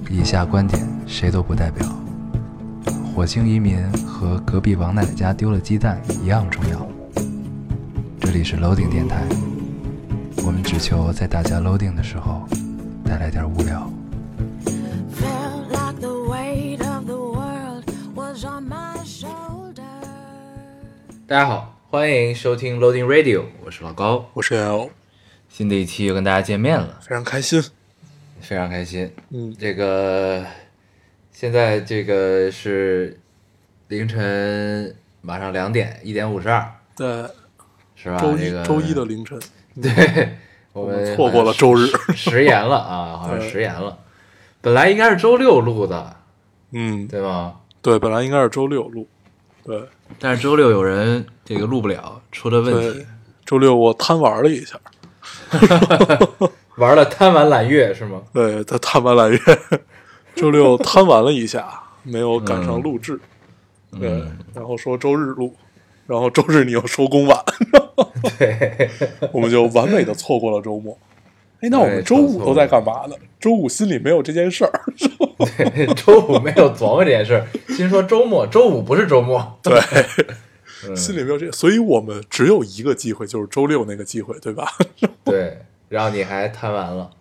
以下观点谁都不代表。火星移民和隔壁王奶奶家丢了鸡蛋一样重要。这里是 Loading 电台，我们只求在大家 Loading 的时候带来点无聊。大家好，欢迎收听 Loading Radio， 我是老高， 我是 L。 新的一期又跟大家见面了， 非常开心， 非常开心。 这个现在这个是凌晨马上2点，1点52， 对， 是吧？ 周一的凌晨， 对，我们错过了周日， 食言了啊，好像食言了。本来应该是周六录的，对吗？ 对，本来应该是周六录，对， 但是周六有人这个录不了，出了问题。 周六我贪玩了一下。 玩了贪玩揽月是吗？ 对，他贪玩揽月，周六贪玩了一下，没有赶上录制。对，然后说周日录，然后周日你又收工晚， 对， 我们就完美的错过了周末。哎，那我们周五都在干嘛呢？周五心里没有这件事儿。 对，周五没有琢磨这件事儿，心说周末，周五不是周末。 对。心里没有这个，所以我们只有一个机会，就是周六那个机会，对吧？ 对，然后你还贪完了。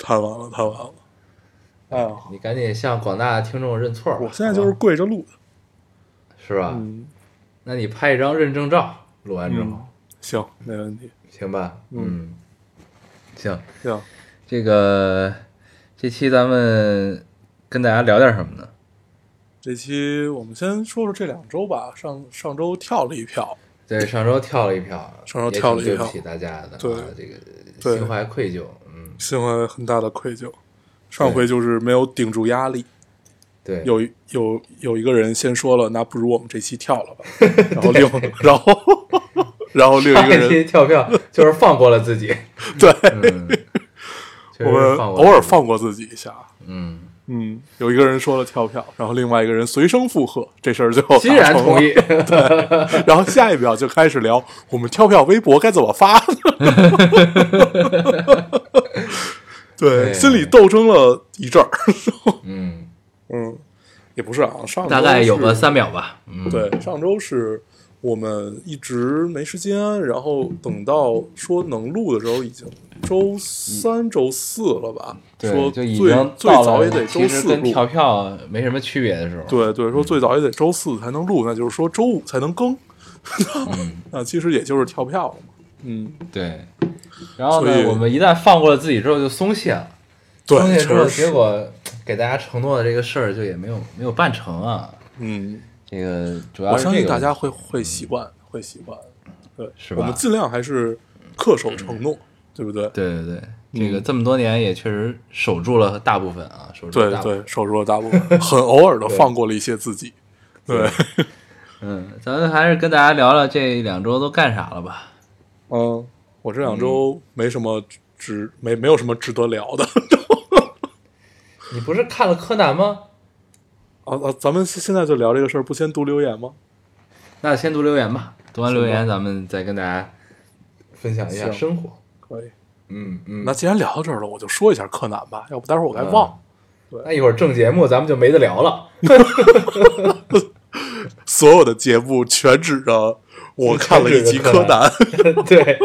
哎呀，你赶紧向广大听众认错吧。 我现在就是跪着录的， 是吧？那你拍一张认证照，录完之后。 行，没问题。 行吧？行。这期咱们跟大家聊点什么呢？ 这期我们先说说这2周吧。上周跳了一票， 对，上周跳了一票，对不起大家的， 对， 这个心怀愧疚， 心怀很大的愧疚。上回就是没有顶住压力， 对， 有一个人先说了，那不如我们这期跳了吧，然后另一个人跳票就是放过了自己， 对，我们偶尔放过自己一下，有一个人说了跳票，然后另外一个人随声附和，这事儿就欣然同意。 对，然后下一秒就开始聊我们跳票微博该怎么发。对，心里斗争了一阵儿。也不是啊，上周大概有个3秒吧。 对，上周是我们一直没时间，然后等到说能录的时候，已经周3、周4了吧？ 对， 说就已经最早也得周4录， 跟跳票没什么区别的时候。 对，说最早也得周4才能录，那就是说周5才能更。那其实也就是跳票了嘛。对。 然后呢，我们一旦放过了自己之后，就松懈了。 对， 松懈之后，结果给大家承诺的这个事儿就也没有办成啊。这个主要是我相信大家会习惯，对， 是吧？ 我们尽量还是恪守承诺，对不对？ 对，这个这么多年也确实守住了大部分啊，守住了大部分，很偶尔的放过了一些自己。对， 咱们还是跟大家聊聊这2周都干啥了吧。 我这2周没什么没有什么值得聊的。 你不是看了柯南吗？ 咱们现在就聊这个事儿，不先读留言吗？ 那先读留言吧，读完留言咱们再跟大家分享一下生活。 可以。那既然聊到这儿了，我就说一下柯南吧，要不待会儿我该忘。对， 那一会儿正节目咱们就没得聊了。 所有的节目全指着我看了一集柯南。 对。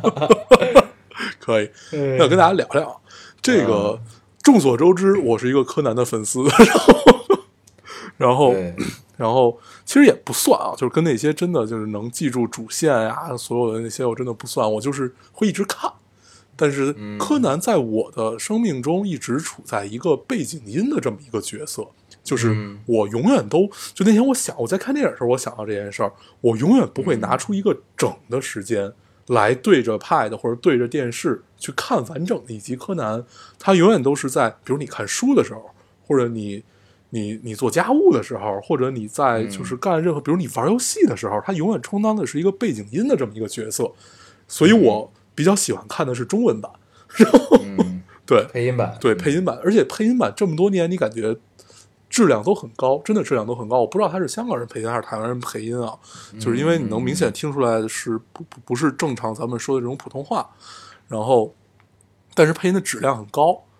可以。那跟大家聊聊这个。众所周知，我是一个柯南的粉丝，然后其实也不算啊，就是跟那些真的就是能记住主线呀，所有的那些我真的不算，我就是会一直看。但是柯南在我的生命中一直处在一个背景音的这么一个角色，就是我永远都就那天我在看电影的时候，我想到这件事儿，我永远不会拿出一个整的时间来对着 Pad 或者对着电视去看完整的一集柯南，它永远都是在比如你看书的时候，或者你做家务的时候，或者你在就是干任何比如你玩游戏的时候，它永远充当的是一个背景音的这么一个角色，所以我比较喜欢看的是中文版。对， 配音版， 对，配音版，而且配音版这么多年你感觉质量都很高，真的质量都很高。我不知道他是香港人配音还是台湾人配音啊，就是因为你能明显听出来是不是正常咱们说的这种普通话，然后但是配音的质量很高，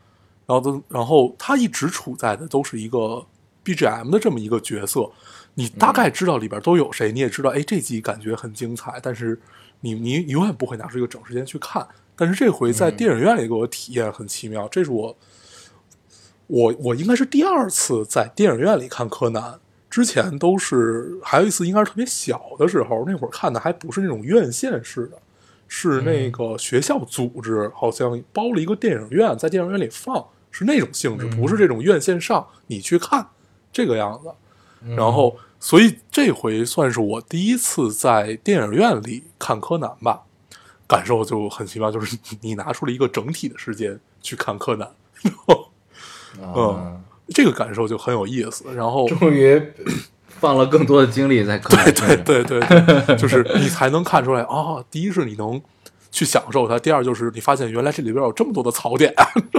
然后他一直处在的都是一个 BGM 的这么一个角色，你大概知道里边都有谁，你也知道，哎，这集感觉很精彩，但是你永远不会拿出一个整时间去看。但是这回在电影院里给我体验很奇妙，这是我应该是第2次在电影院里看柯南，之前都是还有一次应该是特别小的时候，那会儿看的还不是那种院线式的，是那个学校组织好像包了一个电影院，在电影院里放，是那种性质，不是这种院线上你去看这个样子。然后所以这回算是我第一次在电影院里看柯南吧，感受就很奇妙，就是你拿出了一个整体的时间去看柯南，然后这个感受就很有意思。然后终于放了更多的精力在柯南身上， 对，就是你才能看出来啊。第一是你能去享受它，第二就是你发现原来这里边有这么多的槽点，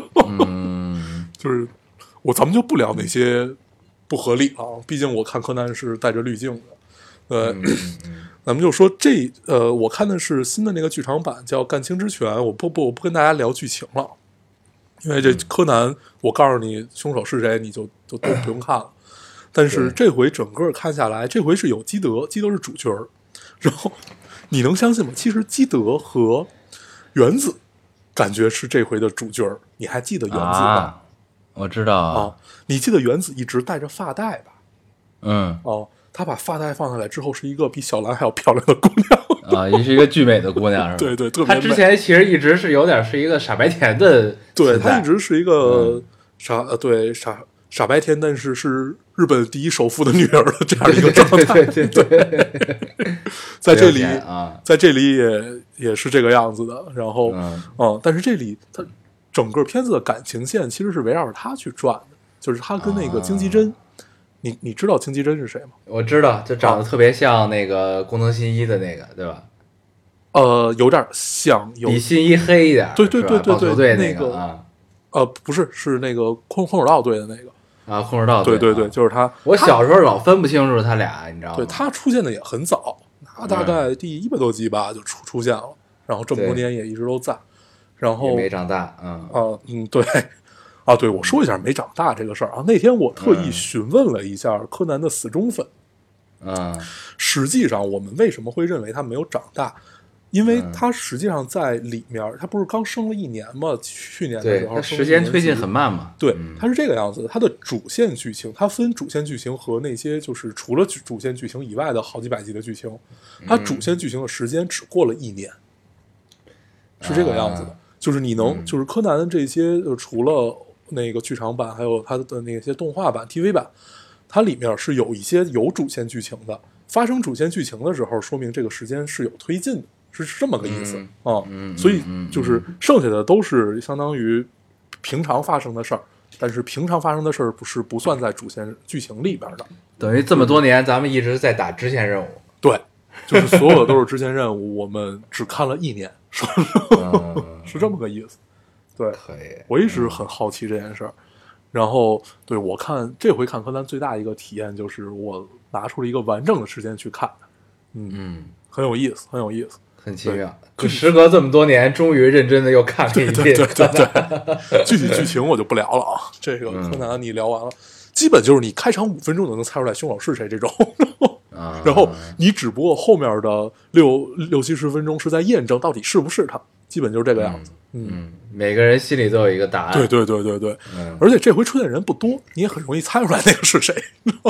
就是咱们就不聊那些不合理了，毕竟我看柯南是带着滤镜的。咱们就说我看的是新的那个剧场版，叫《干青之拳》。我不跟大家聊剧情了，因为这柯南，我告诉你凶手是谁，你就都不用看了。但是这回整个看下来，这回是有基德是主角，然后你能相信吗？其实基德和原子感觉是这回的主角。你还记得原子吗？ 我知道啊，你记得原子一直戴着发带吧？他把发带放下来之后，是一个比小兰还要漂亮的姑娘啊，也是一个巨美的姑娘，是吧？ 对对，特别美。 她之前其实一直是有点是一个傻白甜的， 对，她一直是一个傻白甜，但是是日本第一首富的女儿的这样一个状态。对，在这里也是这个样子的。然后但是这里他整个片子的感情线其实是围绕着他去转的，就是他跟那个京崎真。你知道京崎真是谁吗？ 我知道，就长得特别像那个工藤新一的那个，对吧？ 有点像，比新一黑一点。 对， 棒球队那个啊， 不是，是那个空手道队的那个啊，空手道队。 对，就是他。 我小时候老分不清楚他俩，你知道吗？ 对，他出现的也很早，他大概第100多集吧就出现了，然后这么多年也一直都在，然后也没长大， 对。对，我说一下没长大这个事儿啊。那天我特意询问了一下柯南的死忠粉，实际上我们为什么会认为他没有长大？因为他实际上在里面，他不是刚生了1年吗？去年的时候， 他时间推进很慢嘛。 对，他是这个样子的。他的主线剧情，他分主线剧情和那些就是除了主线剧情以外的好几百集的剧情，他主线剧情的时间只过了1年，是这个样子的。就是你能，就是柯南的这些，除了那个剧场版，还有它的那些动画版、TV 版，它里面是有一些有主线剧情的。发生主线剧情的时候，说明这个时间是有推进的，是这么个意思所以就是剩下的都是相当于平常发生的事儿，但是平常发生的事儿不算在主线剧情里边的。 等于这么多年，咱们一直在打支线任务。 对，就是所有的都是支线任务，我们只看了1年，是这么个意思。对，我一直很好奇这件事儿。然后，对，我这回看柯南最大一个体验就是我拿出了一个完整的时间去看，很有意思，很有意思， 很奇妙。就时隔这么多年，终于认真的又看了一遍。 对，具体剧情我就不聊了啊。这个柯南你聊完了，基本就是你开场5分钟就能猜出来凶手是谁这种。然后你只不过后面的60-70分钟是在验证到底是不是他，基本就是这个样子。 每个人心里都有一个答案。 对，而且这回出现人不多，你也很容易猜出来那个是谁。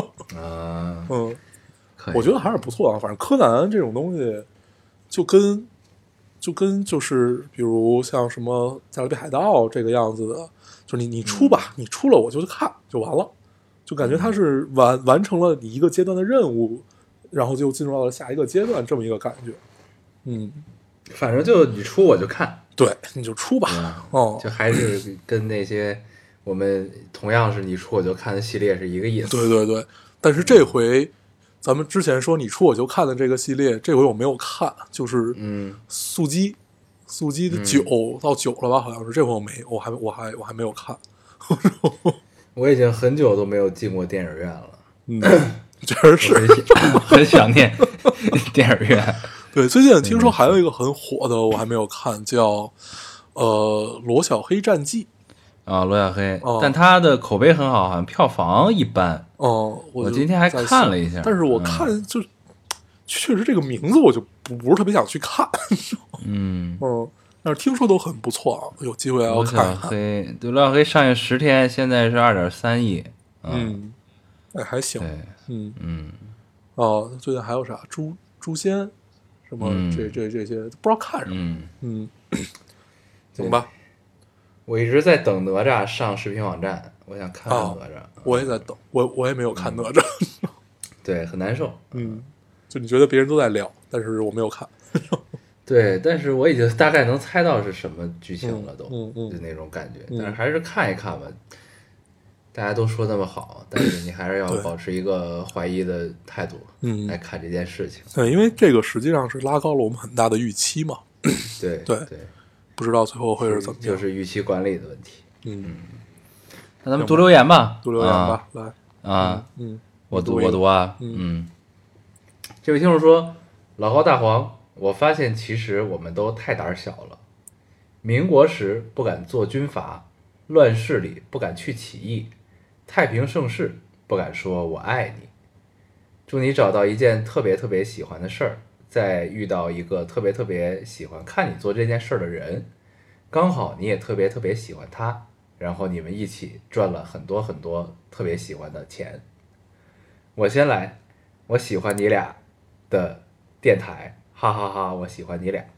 我觉得还是不错啊。反正柯南这种东西，就跟就是比如像什么《加勒比海盗》这个样子的，就是你出吧，你出了我就去看就完了，就感觉它是完成了你一个阶段的任务，然后就进入到了下一个阶段这么一个感觉。 反正就你出我就看， 对，你就出吧。 就还是跟那些我们同样是你出我就看的系列是一个意思。 对，但是这回咱们之前说你出我就看的这个系列，这回我没有看，就是速激的9到9了吧，好像是。这回我还没有看。 我已经很久都没有进过电影院了。确实是很想念电影院。 对，最近听说还有一个很火的，我还没有看，叫罗小黑战记。 啊，罗小黑， 哦但他的口碑很好，好像票房一般。 哦，就我今天还在看了一下， 但是我看就确实这个名字我就不是特别想去看。 嗯， 但是听说都很不错啊，有机会要罗小看一看。 黑，对，罗小黑上映10天，现在是2.3亿。 哎，还行。 对， 哦，最近还有啥诛仙，什么这些不知道看什么。行吧。 我一直在等哪吒上视频网站，我想看看哪吒。 我也在等，我也没有看哪吒。 对，很难受。 就你觉得别人都在聊，但是我没有看。 对，但是我已经大概能猜到是什么剧情了，都，就那种感觉。但是还是看一看吧。大家都说那么好，但是你还是要保持一个怀疑的态度，来看这件事情。 对，因为这个实际上是拉高了我们很大的预期嘛。 对， 不知道最后会是怎么样， 就是预期管理的问题。那咱们读留言吧， 读留言吧，来啊，我读啊，这位听众说，老高大黄，我发现其实我们都太胆小了。民国时不敢做军阀，乱世里不敢去起义，太平盛世不敢说我爱你。祝你找到一件特别特别喜欢的事儿，再遇到一个特别特别喜欢看你做这件事儿的人，刚好你也特别特别喜欢他，然后你们一起赚了很多很多特别喜欢的钱。我先来，我喜欢你俩的电台，哈哈哈，我喜欢你俩。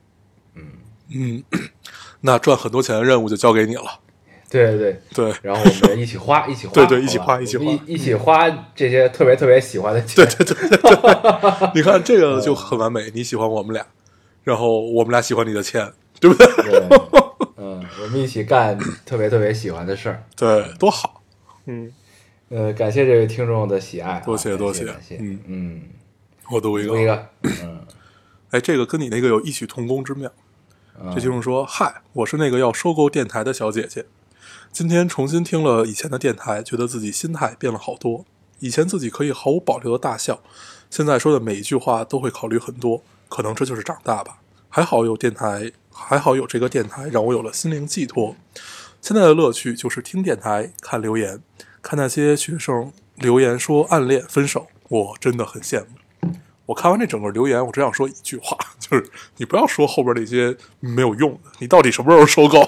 那赚很多钱的任务就交给你了。 对，然后我们一起花，一起花， 对，一起花， 一起花这些特别特别喜欢的钱。 对，你看这个就很完美，你喜欢我们俩，然后我们俩喜欢你的钱，对不对？ 我们一起干特别特别喜欢的事儿， 对，多好。 感谢这位听众的喜爱， 多谢， 感谢。 我读一个，哎，这个跟你那个有异曲同工之妙。这听众说：“嗨，我是那个要收购电台的小姐姐。今天重新听了以前的电台，觉得自己心态变了好多。以前自己可以毫无保留的大笑，现在说的每一句话都会考虑很多。可能这就是长大吧。还好有电台，还好有这个电台，让我有了心灵寄托。现在的乐趣就是听电台、看留言，看那些学生留言说暗恋、分手，我真的很羡慕。”我看完这整个留言，我只想说一句话，就是你不要说后边那些没有用的，你到底什么时候收购？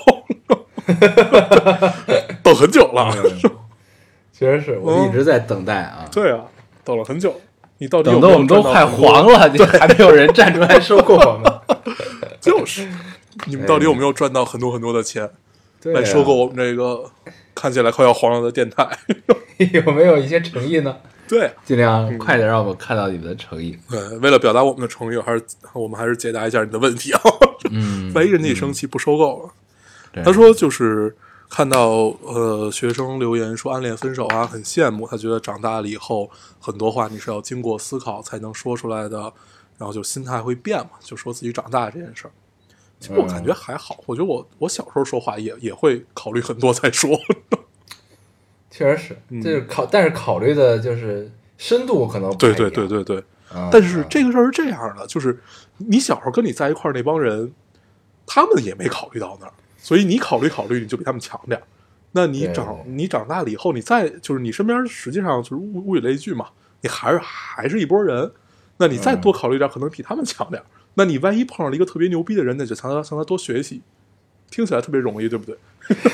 等很久了。 确实是我一直在等待啊。 对啊，等了很久，你到底等得我们都快黄了，你还没有人站出来收购我们。 就是你们到底有没有赚到很多很多的钱，来收购我们这个看起来快要黄了的电台？ 有没有一些诚意呢？ 对， 尽量快点让我们看到你们的诚意。 对，为了表达我们的诚意，我们还是解答一下你的问题啊。万一人家一生气不收购了，他说就是看到学生留言说暗恋分手啊，很羡慕，他觉得长大了以后很多话你是要经过思考才能说出来的，然后就心态会变嘛，就说自己长大这件事儿。其实我感觉还好，我觉得我小时候说话也会考虑很多再说。 确实是，就是但是考虑的就是深度可能不太一样。 对。但是这个事儿是这样的，就是你小时候跟你在一块儿那帮人，他们也没考虑到那儿，所以你考虑，你就比他们强点儿。那你长大了以后，你再就是你身边实际上就是物以类聚嘛，你还是一拨人，那你再多考虑点，可能比他们强点儿。那你万一碰上了一个特别牛逼的人，那就向他多学习，听起来特别容易，对不对？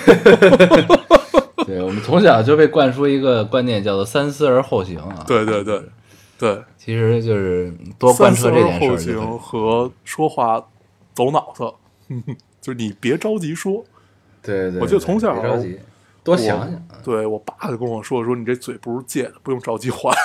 对，我们从小就被灌输一个观念，叫做三思而后行啊。 对， 其实就是多贯彻这件事儿。 三思而后行和说话走脑子，就是你别着急说。 对， 我记得从小别着急，多想想。 对我爸就跟我说你这嘴不是借的，不用着急还。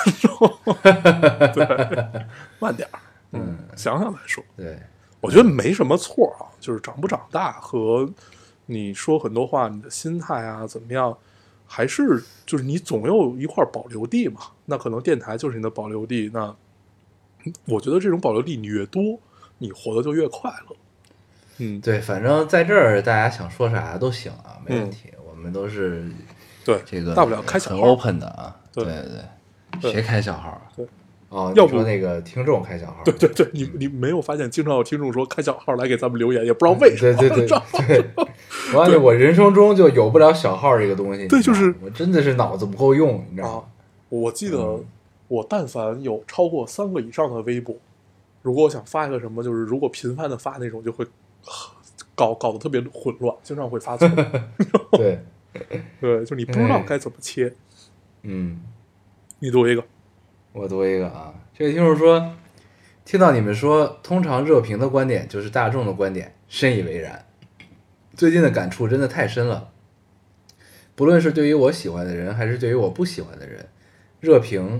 对，慢点儿，想想再说。 对， 我觉得没什么错啊，就是长不长大和你说很多话，你的心态啊怎么样，还是就是你总有一块保留地嘛。那可能电台就是你的保留地，那我觉得这种保留地你越多，你活得就越快乐。 对，反正在这儿大家想说啥都行啊，没问题。我们都是对这个大不了开小号很 open 的啊。 对， 谁开小号啊？ 对， 哦， 要不你说那个听众开小号， 对对对，你没有发现经常有听众说开小号来给咱们留言，也不知道为什么。 对对对对，我发现我人生中就有不了小号这个东西。 对，就是我真的是脑子不够用，你知道吗？ 我记得我但凡有超过3个以上的微博，如果我想发一个什么，就是如果频繁的发那种，就会搞得特别混乱，经常会发错。 对对，就你不知道该怎么切。你读一个。 我读一个啊，这个听众说，听到你们说通常热评的观点就是大众的观点，深以为然。最近的感触真的太深了，不论是对于我喜欢的人，还是对于我不喜欢的人，热评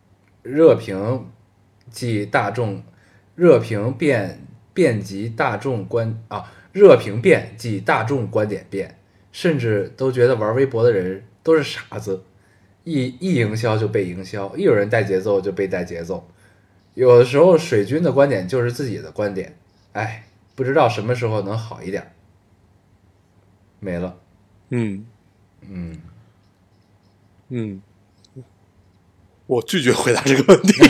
即大众，热评遍及大众热评变即大众观点变，甚至都觉得玩微博的人都是傻子。一营销就被营销，一有人带节奏就被带节奏。有的时候水军的观点就是自己的观点，哎，不知道什么时候能好一点。没了。 我拒绝回答这个问题。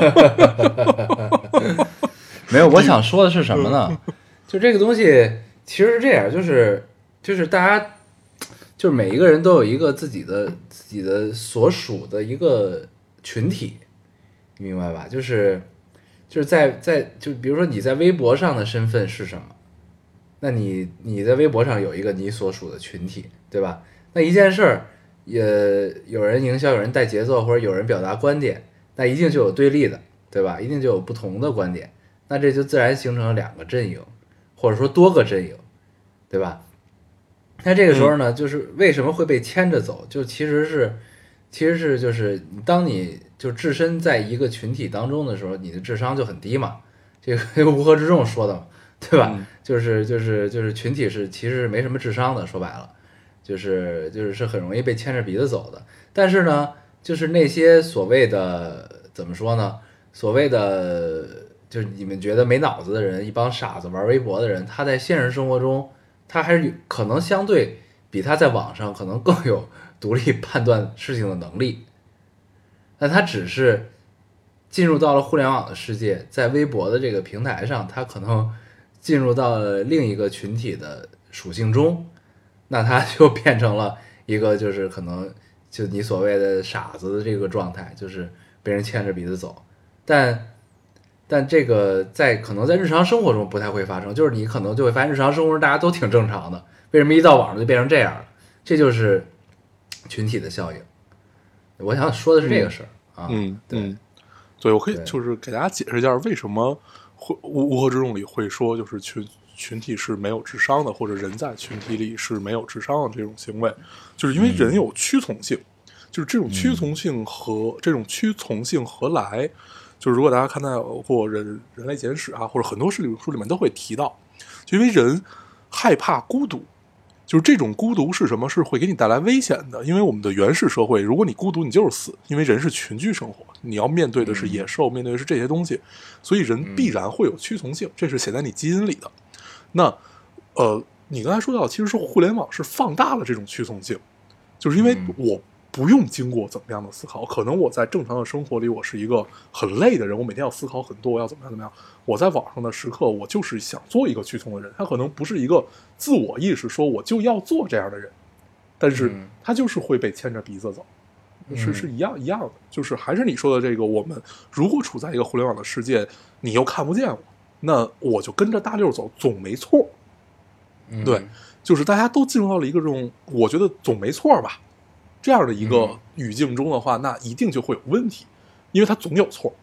没有，我想说的是什么呢？就这个东西其实是这样，就是大家。就是每一个人都有一个自己的所属的一个群体，你明白吧？就是就比如说你在微博上的身份是什么，那你在微博上有一个你所属的群体，对吧？那一件事儿也有人营销，有人带节奏，或者有人表达观点，那一定就有对立的，对吧？一定就有不同的观点，那这就自然形成了2个阵营，或者说多个阵营，对吧？那这个时候呢，就是为什么会被牵着走？就其实是就是当你就置身在一个群体当中的时候，你的智商就很低嘛。这个乌合之众说的嘛，对吧？就是群体其实没什么智商的，说白了，就是很容易被牵着鼻子走的。但是呢，就是那些所谓的怎么说呢？所谓的就是你们觉得没脑子的人，一帮傻子玩微博的人，他在现实生活中。他还是可能相对比他在网上可能更有独立判断事情的能力，但他只是进入到了互联网的世界，在微博的这个平台上，他可能进入到了另一个群体的属性中，那他就变成了一个就是可能就你所谓的傻子的这个状态，就是被人牵着鼻子走，但这个可能在日常生活中不太会发生，就是你可能就会发现日常生活中大家都挺正常的，为什么一到网上就变成这样了？这就是群体的效应。我想说的是这个事儿啊。 对，我可以就是给大家解释一下为什么乌合之众里会说就是群体是没有智商的，或者人在群体里是没有智商的这种行为，就是因为人有趋从性，就是这种趋从性何来？就是如果大家看到过人类简史啊，或者很多书里面都会提到，就因为人害怕孤独，就是这种孤独是什么？是会给你带来危险的。因为我们的原始社会，如果你孤独，你就是死，因为人是群居生活，你要面对的是野兽，面对的是这些东西，所以人必然会有趋从性，这是写在你基因里的。那你刚才说到，其实是互联网是放大了这种趋从性，就是因为我不用经过怎么样的思考，可能我在正常的生活里，我是一个很累的人，我每天要思考很多，我要怎么样。我在网上的时刻，我就是想做一个趋从的人，他可能不是一个自我意识说我就要做这样的人，但是他就是会被牵着鼻子走，是一样的。就是还是你说的这个，我们如果处在一个互联网的世界，你又看不见我，那我就跟着大溜走，总没错。对，就是大家都进入到了一个这种，我觉得总没错吧。这样的一个语境中的话，那一定就会有问题，因为它总有错。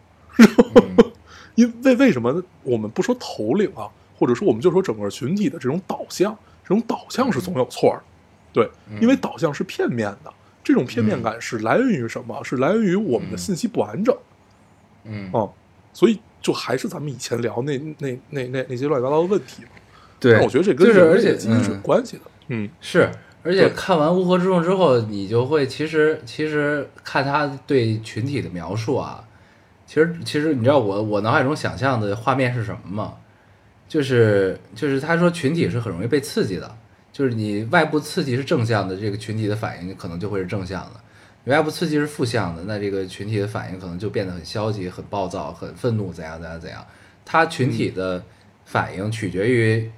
为什么我们不说头领啊，或者说我们就说整个群体的这种导向是总有错的。对，因为导向是片面的，这种片面感是来源于什么？是来源于我们的信息不完整。所以就还是咱们以前聊那些乱七八糟的问题。 对， 我觉得这跟人类基因是有关系的。 是。而且看完《乌合之众》之后，你就会其实看他对群体的描述啊，其实你知道我脑海中想象的画面是什么吗？就是他说群体是很容易被刺激的，就是你外部刺激是正向的，这个群体的反应可能就会是正向的。 原来不刺激是负向的，那这个群体的反应可能就变得很消极、很暴躁、很愤怒，怎样怎样怎样。它群体的反应取决于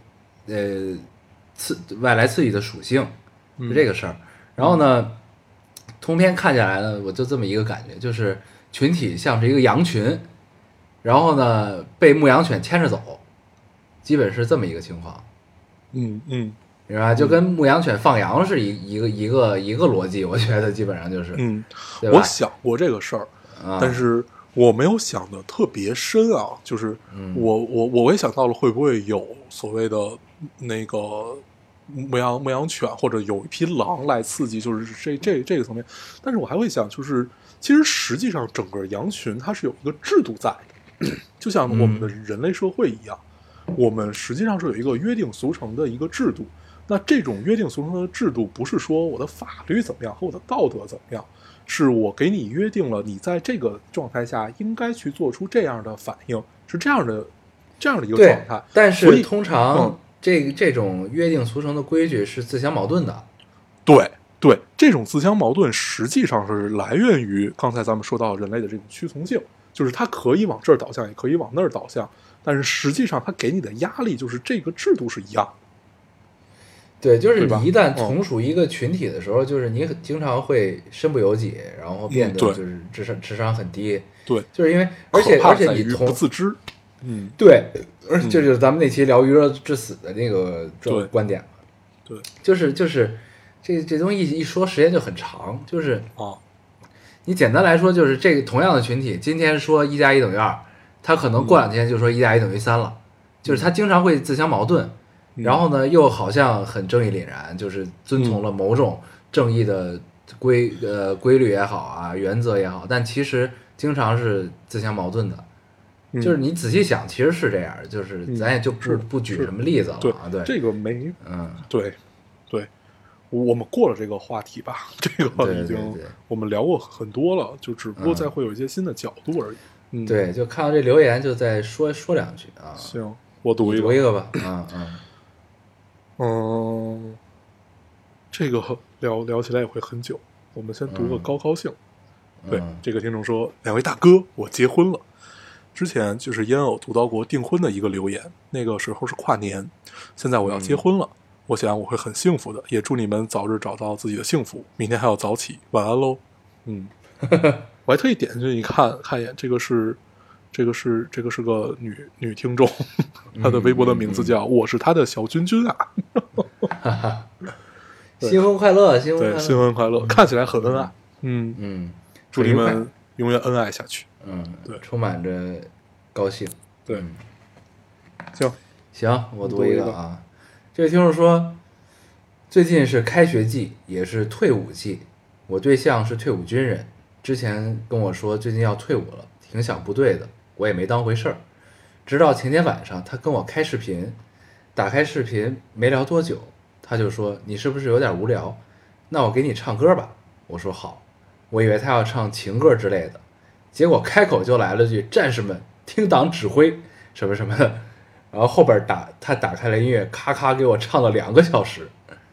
外来刺激的属性，是这个事儿。然后呢，通篇看下来呢，我就这么一个感觉，就是群体像是一个羊群，然后呢被牧羊犬牵着走，基本是这么一个情况。是吧？就跟牧羊犬放羊是一个逻辑，我觉得基本上就是，对吧？ 我想过这个事儿，但是我没有想的特别深啊。就是我也想到了会不会有所谓的那个牧羊犬或者有一匹狼来刺激，就是这个层面。但是我还会想，就是其实实际上整个羊群它是有一个制度在的，就像我们的人类社会一样，我们实际上是有一个约定俗成的一个制度。那这种约定俗成的制度不是说我的法律怎么样和我的道德怎么样，是我给你约定了你在这个状态下应该去做出这样的反应，是这样的一个状态。 但是通常这种约定俗成的规矩是自相矛盾的。 对，这种自相矛盾实际上是来源于刚才咱们说到人类的这种趋从性，就是它可以往这儿导向，也可以往那儿导向，但是实际上它给你的压力就是这个制度是一样的。 对，就是你一旦从属一个群体的时候，就是你经常会身不由己，然后变得就是智商很低。 对， 就是因为而且你不自知。 对，就是咱们那期聊娱乐至死的那个观点嘛。 对， 就是这东西一说时间就很长，就是你简单来说就是这个同样的群体，今天说1+1等于2，他可能过2天就说1+1等于3了，就是他经常会自相矛盾。然后呢，又好像很正义凛然，就是遵从了某种正义的规律也好啊，原则也好，但其实经常是自相矛盾的。就是你仔细想，其实是这样，就是咱也就不举什么例子了啊。对， 这个没，对，我们过了这个话题吧，这个已经我们聊过很多了，就只不过再会有一些新的角度而已。 对，就看到这留言，就再说两句啊。 行，我读一个吧。 这个聊起来也会很久，我们先读个高兴。对，这个听众说：“2位大哥，我结婚了。之前就是烟偶读到过订婚的一个留言，那个时候是跨年，现在我要结婚了，我想我会很幸福的，也祝你们早日找到自己的幸福。明天还要早起，晚安喽。”我还特意点进去看一眼，这个是个女听众，她的微博的名字叫我是她的小君君啊。 新婚快乐， 新婚快乐，看起来很恩爱。祝你们永远恩爱下去。对， 充满着高兴。 对， 行，我读一个啊。这位听众说，最近是开学季，也是退伍季，我对象是退伍军人，之前跟我说最近要退伍了，挺想不对的，我也没当回事儿。直到前天晚上，他跟我开视频，打开视频没聊多久，他就说：“你是不是有点无聊？那我给你唱歌吧。”我说好，我以为他要唱情歌之类的，结果开口就来了句：“战士们，听党指挥，什么什么的。”然后后边他打开了音乐，咔咔给我唱了2个小时。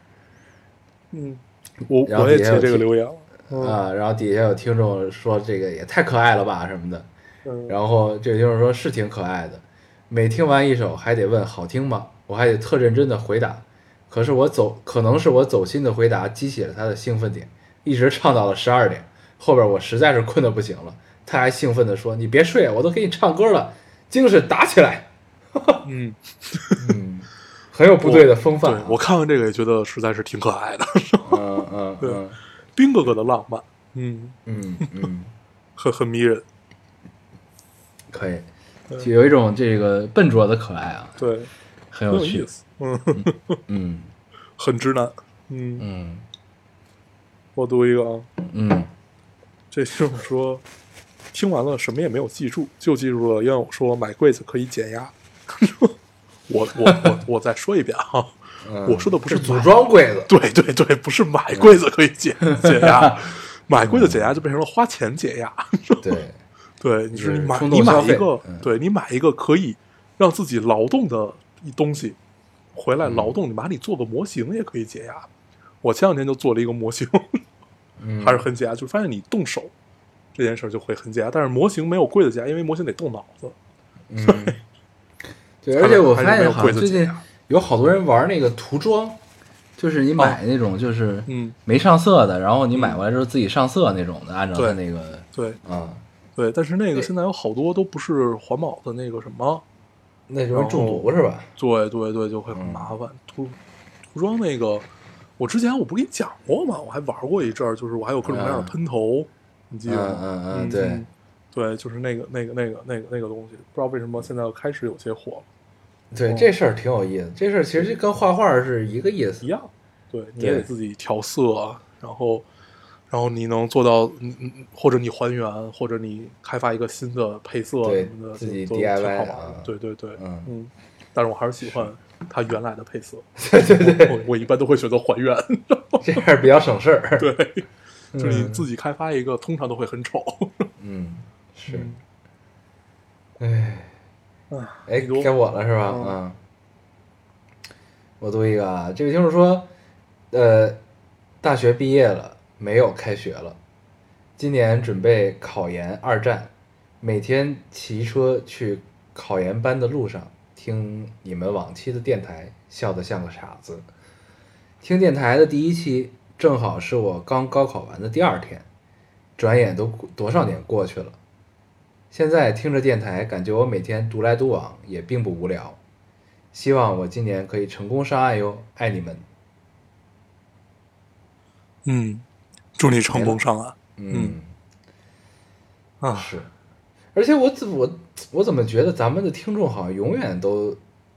我也接这个留言了然后底下有听众说这个也太可爱了吧什么的。然后这个听众说是挺可爱的，每听完一首还得问好听吗？我还得特认真的回答。可能是我走心的回答激起了他的兴奋点，一直唱到了12点。后边我实在是困得不行了，他还兴奋地说：“你别睡，我都给你唱歌了，精神打起来。”很有部队的风范。 我看完这个也觉得实在是挺可爱的。对，兵哥哥的浪漫，很迷人。 可以，就有一种这个笨拙的可爱啊。 对， 很有趣。 很直男。我读一个啊。这听众说，听完了什么也没有记住，就记住了让我说买柜子可以减压。我再说一遍啊，我说的不是组装柜子， 对，不是买柜子可以减压，买柜子减压就变成了花钱减压。对，你买一个，对你买一个可以让自己劳动的东西回来劳动，你把你做个模型也可以解压。我前2天就做了一个模型， 还是很解压，就发现你动手这件事就会很解压，但是模型没有贵的解压，因为模型得动脑子。 对，而且我发现好像最近有好多人玩那个涂装，就是你买那种就是没上色的，然后你买回来之后自己上色那种的，按照它那个对，但是那个现在有好多都不是环保的那个什么， 那就是中毒是吧？ 对，就会很麻烦。涂装那个，我之前我不跟你讲过吗？我还玩过一阵儿，就是我还有各种各样的喷头，你记得吗？对，就是那个东西，不知道为什么现在开始有些火了。 对，这事儿挺有意思。这事儿其实跟画画是一个意思， 一样。对，你得自己调色，然后你能做到，或者你还原，或者你开发一个新的配色什么的， 自己 DIY 对，但是我还是喜欢它原来的配色。 对， 我一般都会选择还原， 这样比较省事儿。 对，就是你自己开发一个，通常都会很丑。 是。该我了是吧？我读一个啊，这位听众说，大学毕业了，没有开学了，今年准备考研2战，每天骑车去考研班的路上，听你们往期的电台，笑得像个傻子。听电台的第1期，正好是我刚高考完的第2天，转眼都多少年过去了。现在听着电台，感觉我每天独来独往也并不无聊。希望我今年可以成功上岸哟，爱你们。 祝你成功上岸。 是，而且我怎么觉得咱们的听众好像永远都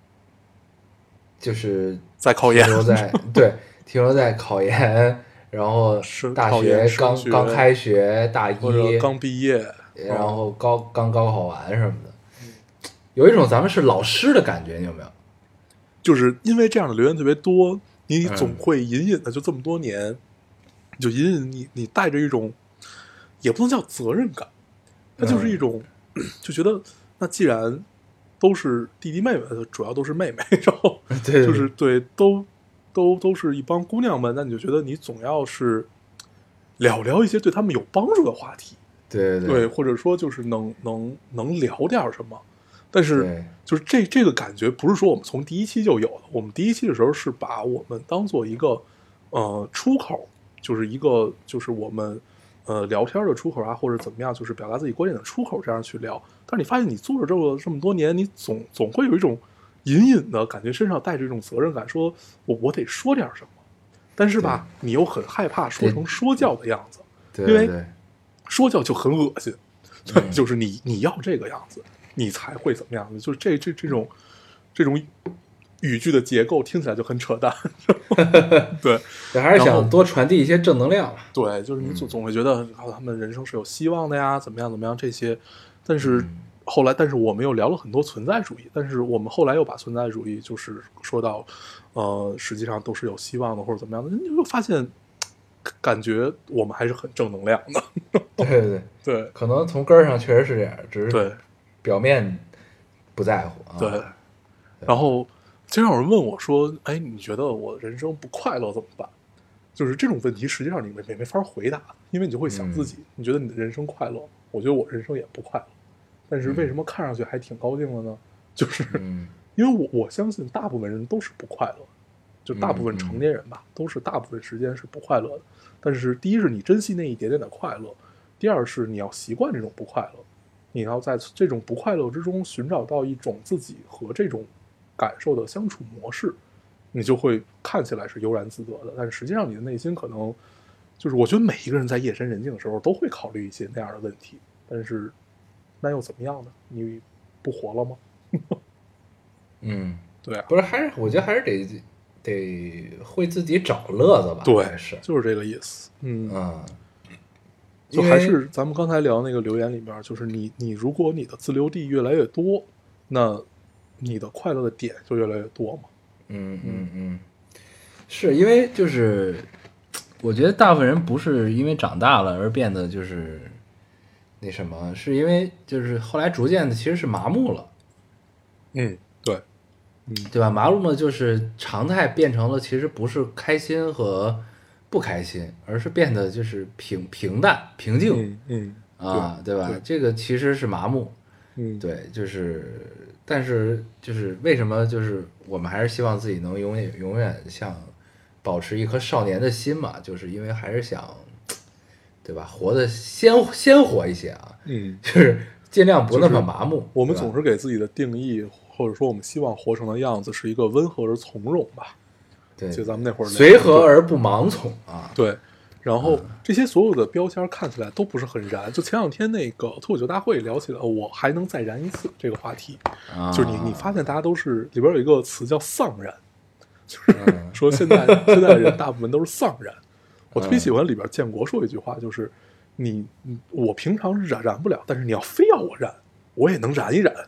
就是在考研， 停留在考研，然后大学刚开学，大一或者刚毕业， 然后刚高考完什么的，有一种咱们是老师的感觉，你有没有？ 就是因为这样的留言特别多，你总会隐隐的就这么多年，就隐隐你带着一种，也不能叫责任感，它就是一种，就觉得那既然都是弟弟妹妹，主要都是妹妹，然后就是都是一帮姑娘们，那你就觉得你总要是聊一些对他们有帮助的话题，对，或者说就是能聊点什么。但是就是这个感觉不是说我们从第1期就有的，我们第1期的时候是把我们当做一个出口，就是一个就是我们聊天的出口啊，或者怎么样，就是表达自己观点的出口，这样去聊。但是你发现你做了这么多年，你总会有一种隐隐的感觉，身上带着一种责任感，说我得说点什么，但是吧，你又很害怕说成说教的样子，因为说教就很恶心，就是你要这个样子。你才会怎么样？就是这种语句的结构听起来就很扯淡。对， 还是想多传递一些正能量。 对，就是你总会觉得他们人生是有希望的呀，怎么样这些。但是后来，我们又聊了很多存在主义，但是我们后来又把存在主义就是说到，实际上都是有希望的或者怎么样的，你会发现。感觉我们还是很正能量的。对， 可能从根儿上确实是这样，只是对表面不在乎啊。 对，然后经常有人问我说：“哎，你觉得我人生不快乐怎么办？”就是这种问题，实际上你没法回答，因为你就会想自己，你觉得你的人生快乐，我觉得我人生也不快乐，但是为什么看上去还挺高兴的呢？就是因为我相信大部分人都是不快乐。就大部分成年人吧，都是大部分时间是不快乐的。但是第一是你珍惜那一点点的快乐，第二是你要习惯这种不快乐，你要在这种不快乐之中寻找到一种自己和这种感受的相处模式，你就会看起来是悠然自得的。但是实际上你的内心可能就是，我觉得每一个人在夜深人静的时候都会考虑一些那样的问题，但是那又怎么样呢？你不活了吗？对啊， 不是，我觉得还是得会自己找乐子吧。 对， 是就是这个意思。就还是咱们刚才聊那个留言里面，就是你如果你的自留地越来越多，那你的快乐的点就越来越多嘛。 是因为就是我觉得大部分人不是因为长大了而变得就是那什么，是因为就是后来逐渐的其实是麻木了。 对吧？麻木了就是常态变成了其实不是开心和不开心，而是变得就是平淡平静，对吧？这个其实是麻木，对，就是但是就是为什么就是我们还是希望自己能永远像保持一颗少年的心嘛，就是因为还是想，对吧？活得鲜活一些啊，就是尽量不那么麻木。 我们总是给自己的定义，或者说我们希望活成的样子，是一个温和而从容吧。 对， 就咱们那会儿随和而不盲从啊。 对，然后这些所有的标签看起来都不是很燃。就前两天那个脱口秀大会聊起来，我还能再燃一次这个话题，就是你发现大家都是里边有一个词叫丧然，就是说现在人大部分都是丧然。我特别喜欢里边建国说一句话，就是我平常燃不了，但是你要非要我燃，我也能燃一燃。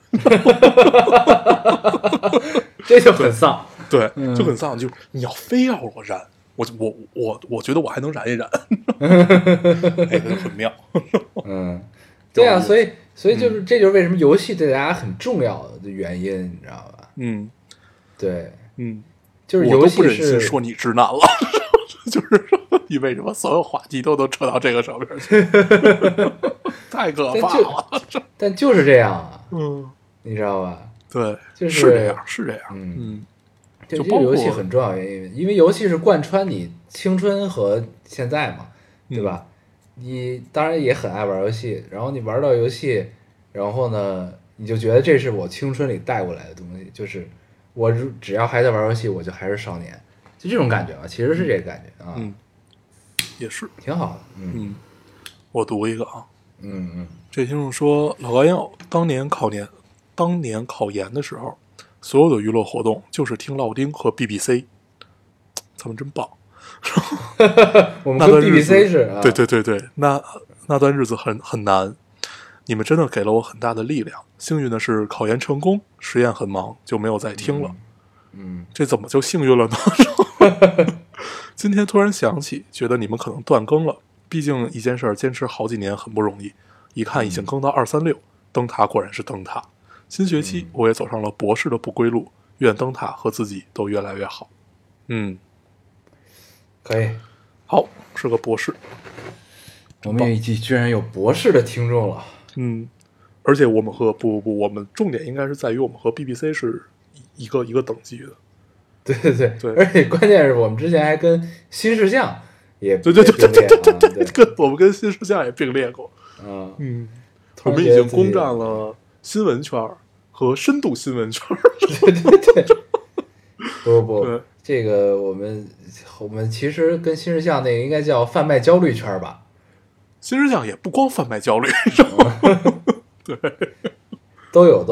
这就很丧。 对，就很丧，就是你要非要我燃，我觉得我还能燃一燃，哎，很妙。 对啊，所以就是这就是为什么游戏对大家很重要的原因，你知道吧？对，就是游戏是， 我都不忍心说你直男了，就是说你为什么所有话题都能扯到这个上面去，太可怕了。 但就是这样啊，你知道吧？ 对， 就是这样， 就这个游戏很重要原因，因为游戏是贯穿你青春和现在嘛，对吧？你当然也很爱玩游戏，然后你玩到游戏，然后呢，你就觉得这是我青春里带过来的东西，就是我只要还在玩游戏，我就还是少年，就这种感觉啊，其实是这个感觉啊， 也是挺好的， 我读一个啊，这听众说，老高烟当年考研的时候，所有的娱乐活动就是听老丁和 BBC， 他们真棒。 我们跟 BBC 是啊， 对，那段日子很难，你们真的给了我很大的力量。幸运的是考研成功，实验很忙，就没有再听了。这怎么就幸运了呢？今天突然想起，觉得你们可能断更了，毕竟一件事坚持好几年很不容易，一看已经更到236，灯塔果然是灯塔。新学期我也走上了博士的不归路，愿灯塔和自己都越来越好。 可以， 好，是个博士， 我们居然有博士的听众了。 而且我们和我们重点应该是在于我们和 BBC 是一个等级的。 对，而且关键是我们之前还跟新事项也对，我们跟新事项也并列过。我们已经攻占了新闻圈和深度新闻圈。 对，不，这个我们其实跟新事项那个应该叫贩卖焦虑圈吧。 新事项也不光贩卖焦虑，对， 都有。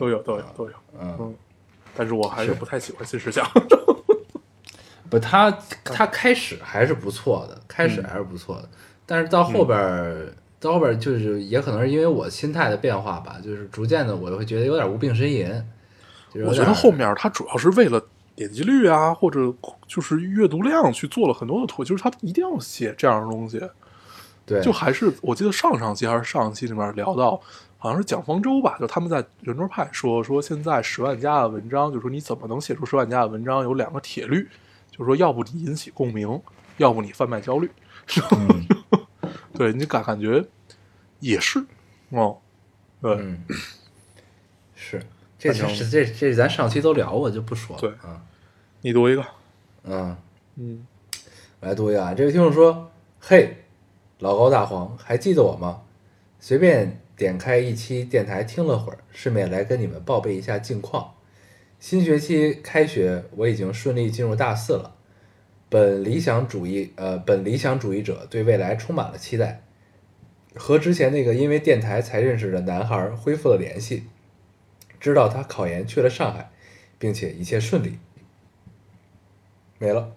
但是我还是不太喜欢新事项。 不，他开始还是不错的，但是到后边就是也可能是因为我心态的变化吧，就是逐渐的我会觉得有点无病呻吟。 我觉得后面他主要是为了点击率啊，或者就是阅读量去做了很多的图，就是他一定要写这样的东西。 对， 就还是我记得上期还是上期里面聊到，好像是蒋方舟吧，就他们在圆桌派说现在10万加的文章，就说你怎么能写出10万加的文章，有2个铁律，就是说要不你引起共鸣，要不你贩卖焦虑。对，你感觉也是对， 是这咱上期都聊过，就不说了。 对，你读一个。 我来读一个啊。这个听众说：“嘿，老高大黄，还记得我吗？随便点开一期电台听了会儿，顺便来跟你们报备一下近况。新学期开学，我已经顺利进入大4了。本理想主义者对未来充满了期待，和之前那个因为电台才认识的男孩恢复了联系，知道他考研去了上海，并且一切顺利。没了。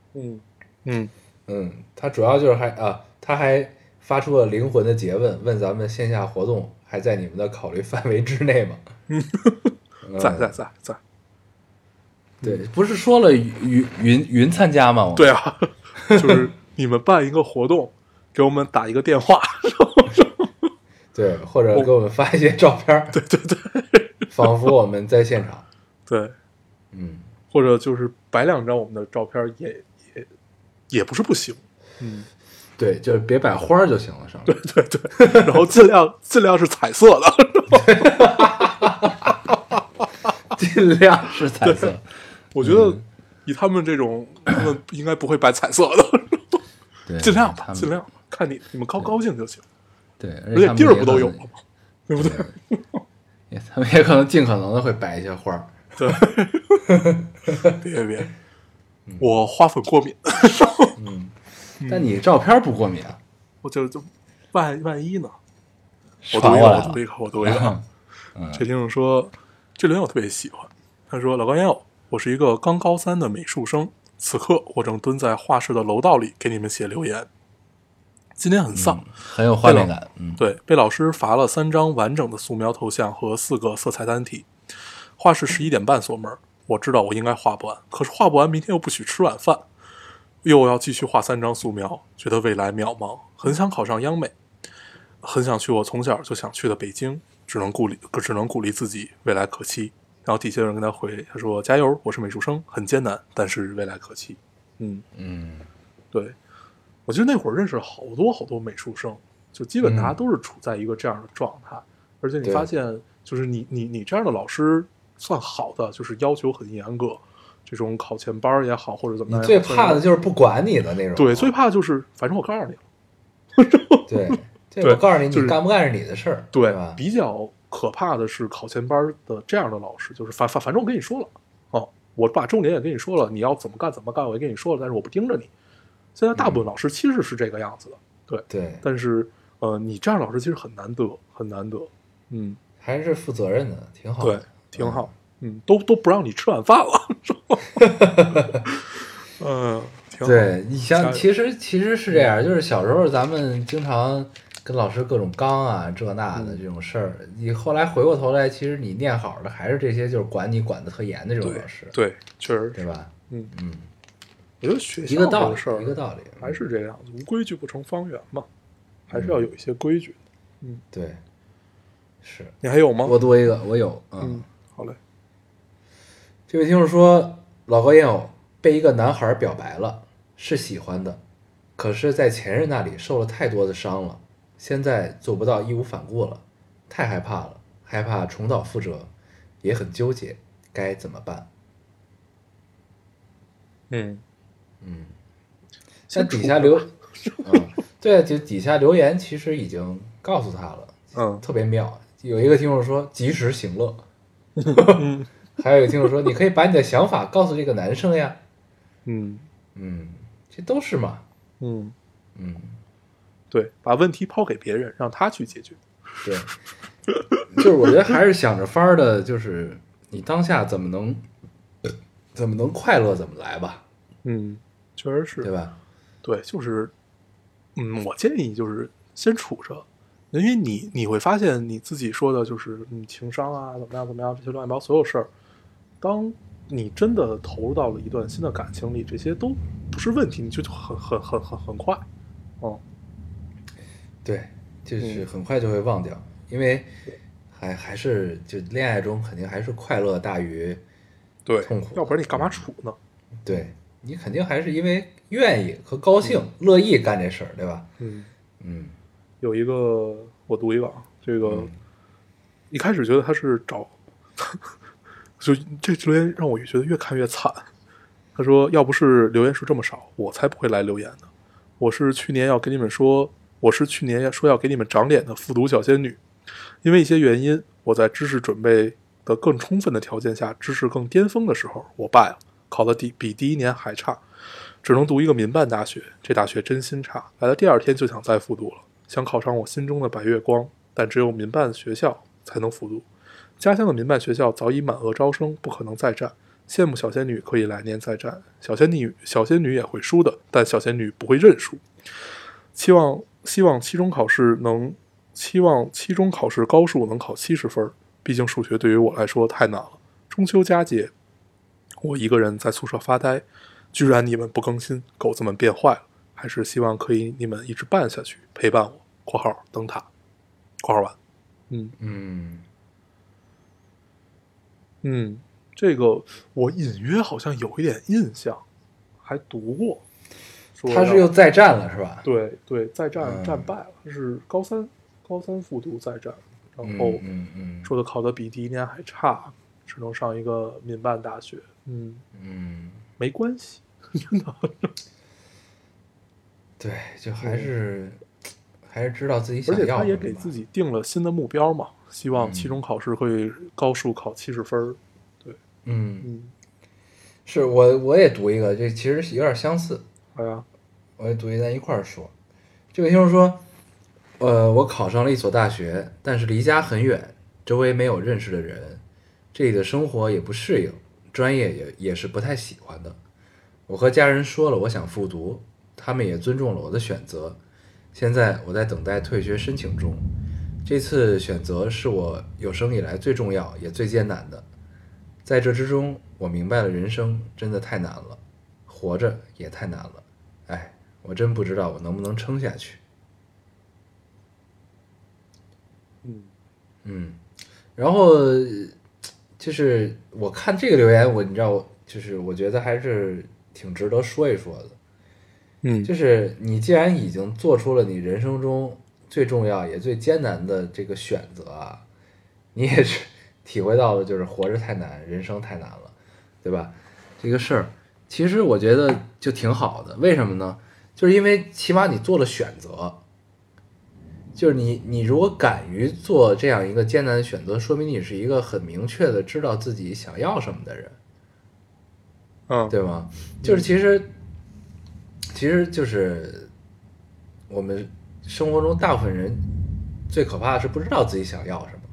他主要就是他还发出了灵魂的诘问，问咱们线下活动还在你们的考虑范围之内吗？ 在。 对，不是说了云参加吗？ 对啊，就是你们办一个活动，给我们打一个电话， 对，或者给我们发一些照片， 对， 仿佛我们在现场。 对，或者就是摆2张我们的照片，也也不是不行。 对，就是别摆花就行了，上面。 对对对，然后尽量是彩色的， 尽量是彩色。 我觉得以他们这种，他们应该不会摆彩色的， 对， 尽量吧，尽量看你们高兴就行。 对， 而且地儿不都有了吗？对不对？ 他们也可能尽可能的会摆一些花儿。 对，别，我花粉过敏。 但你照片不过敏啊？ 我就万一呢？我读一个。这听众说，这留言我特别喜欢。他说：“老高烟友，我是一个刚高3的美术生，此刻我正蹲在画室的楼道里给你们写留言。今天很丧， 很有画面感。 对，被老师罚了3张完整的素描头像和4个色彩单体。画室11点半锁门，我知道我应该画不完，可是画不完，明天又不许吃晚饭。”又要继续画3张素描，觉得未来渺茫，很想考上央美，很想去我从小就想去的北京，只能鼓励自己未来可期。然后底下有人跟他回，他说：“加油，我是美术生，很艰难，但是未来可期。”对，我记得那会儿认识了好多美术生，就基本大家都是处在一个这样的状态，而且你发现，就是你这样的老师算好的，就是要求很严格。这种考前班也好，或者怎么样， 你最怕的就是不管你的那种。 对，最怕就是反正我告诉你了。 对，我告诉你，你干不干是你的事儿。 对吧？ 比较可怕的是考前班的这样的老师，就是反正我跟你说了哦，我把重点也跟你说了，你要怎么干，我也跟你说了，但是我不盯着你。现在大部分老师其实是这个样子的， 对。 但是你这样的老师其实很难得。 还是负责任的，挺好的。 对，挺好。都不让你吃晚饭了。挺好。 对，你像其实是这样，就是小时候咱们经常跟老师各种刚啊这那的这种事儿，你后来回过头来，其实你念好的还是这些就是管你管的特严的这种老师。 对，确实， 对吧？ 我觉得学校一个道理， 还是这样子，无规矩不成方圆嘛，还是要有一些规矩。 对，是你还有吗？ 我多一个，我有。 好嘞。 这位听众说，老高烟友被一个男孩表白了，是喜欢的，可是在前任那里受了太多的伤了，现在做不到义无反顾了，太害怕了，害怕重蹈覆辙，也很纠结，该怎么办？像底下对，就底下留言其实已经告诉他了，特别妙。有一个听众说及时行乐，还有一个听众说你可以把你的想法告诉这个男生呀，这都是嘛， 对，把问题抛给别人，让他去解决。 对，就是我觉得还是想着法儿的，就是你当下怎么能快乐怎么来吧。 确实是， 对吧？ 对，就是，我建议就是先处着，因为你会发现你自己说的就是情商啊，怎么样这些乱七八糟所有事儿，当你真的投入到了一段新的感情里，这些都不是问题，你就很快， 对，就是很快就会忘掉，因为还是就恋爱中肯定还是快乐大于痛苦， 要不然你干嘛处呢？ 对，你肯定还是因为愿意和高兴、乐意干这事儿，对吧？ 有一个我读一个啊，这个一开始觉得他是找，就这留言让我觉得越看越惨。他说：“要不是留言数这么少，我才不会来留言呢。我是去年要给你们说要给你们长脸的复读小仙女，因为一些原因，我在知识准备的更充分的条件下，知识更巅峰的时候，我败了，考得比第一年还差，只能读一个民办大学。这大学真心差，来了第2天就想再复读了，想考上我心中的白月光，但只有民办学校才能复读。家乡的民办学校早已满额招生，不可能再战。羡慕小仙女可以来年再战，小仙女也会输的，但小仙女不会认输。希望期中考试高数能考70分，毕竟数学对于我来说太难了。中秋佳节，我一个人在宿舍发呆，居然你们不更新，狗子们变坏了。还是希望可以你们一直办下去，陪伴我（括号灯塔）括号完。这个我隐约好像有一点印象，还读过。 说他是又再战了是吧？ 对对，再战战败了，是高三复读再战，然后说他考的比第一年还差，只能上一个民办大学。没关系，真的。 对，就还是知道自己想要什么， 而且他也给自己定了新的目标嘛，希望期中考试会高数考70分。对， 是我也读一个，这其实有点相似。 好呀， 我也读一，咱一块儿说。这个听众说，我考上了一所大学，但是离家很远，周围没有认识的人，这里的生活也不适应，专业也是不太喜欢的。我和家人说了我想复读，他们也尊重了我的选择。现在我在等待退学申请中，这次选择是我有生以来最重要也最艰难的。在这之中，我明白了人生真的太难了，活着也太难了。哎，我真不知道我能不能撑下去。然后就是我看这个留言，你知道，就是我觉得还是挺值得说一说的。就是你既然已经做出了你人生中最重要也最艰难的这个选择啊，你也是体会到了，就是活着太难，人生太难了，对吧？这个事儿，其实我觉得就挺好的。为什么呢？就是因为起码你做了选择。就是你如果敢于做这样一个艰难的选择，说明你是一个很明确的知道自己想要什么的人，对吗？就是其实就是我们生活中大部分人最可怕的是不知道自己想要什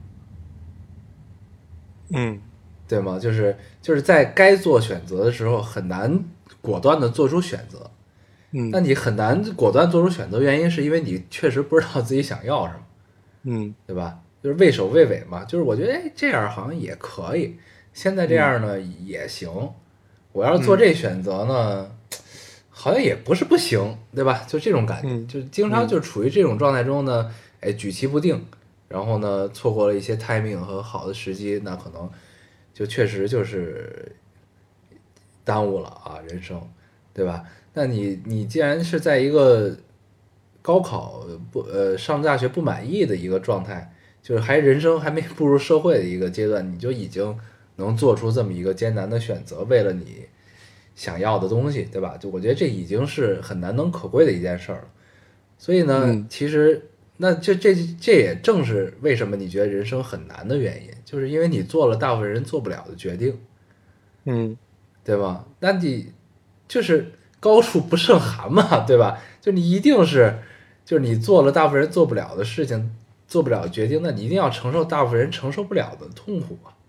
么，对吗？就是在该做选择的时候很难果断的做出选择。那你很难果断做出选择，原因是因为你确实不知道自己想要什么，对吧？就是畏首畏尾嘛。就是我觉得，这样好像也可以，现在这样呢也行。我要是做这选择呢，好像也不是不行，对吧？就这种感觉，就经常就处于这种状态中呢，举棋不定，然后呢错过了一些 timing 和好的时机，那可能就确实就是耽误了啊人生，对吧？那你既然是在一个高考上大学不满意的一个状态，就是人生还没步入社会的一个阶段，你就已经能做出这么一个艰难的选择，为了你想要的东西，对吧？就我觉得这已经是很难能可贵的一件事儿了。所以呢，其实那这也正是为什么你觉得人生很难的原因，就是因为你做了大部分人做不了的决定，对吧？那你就是高处不胜寒嘛，对吧？就你一定是，就是你做了大部分人做不了的事情，做不了的决定，那你一定要承受大部分人承受不了的痛苦啊。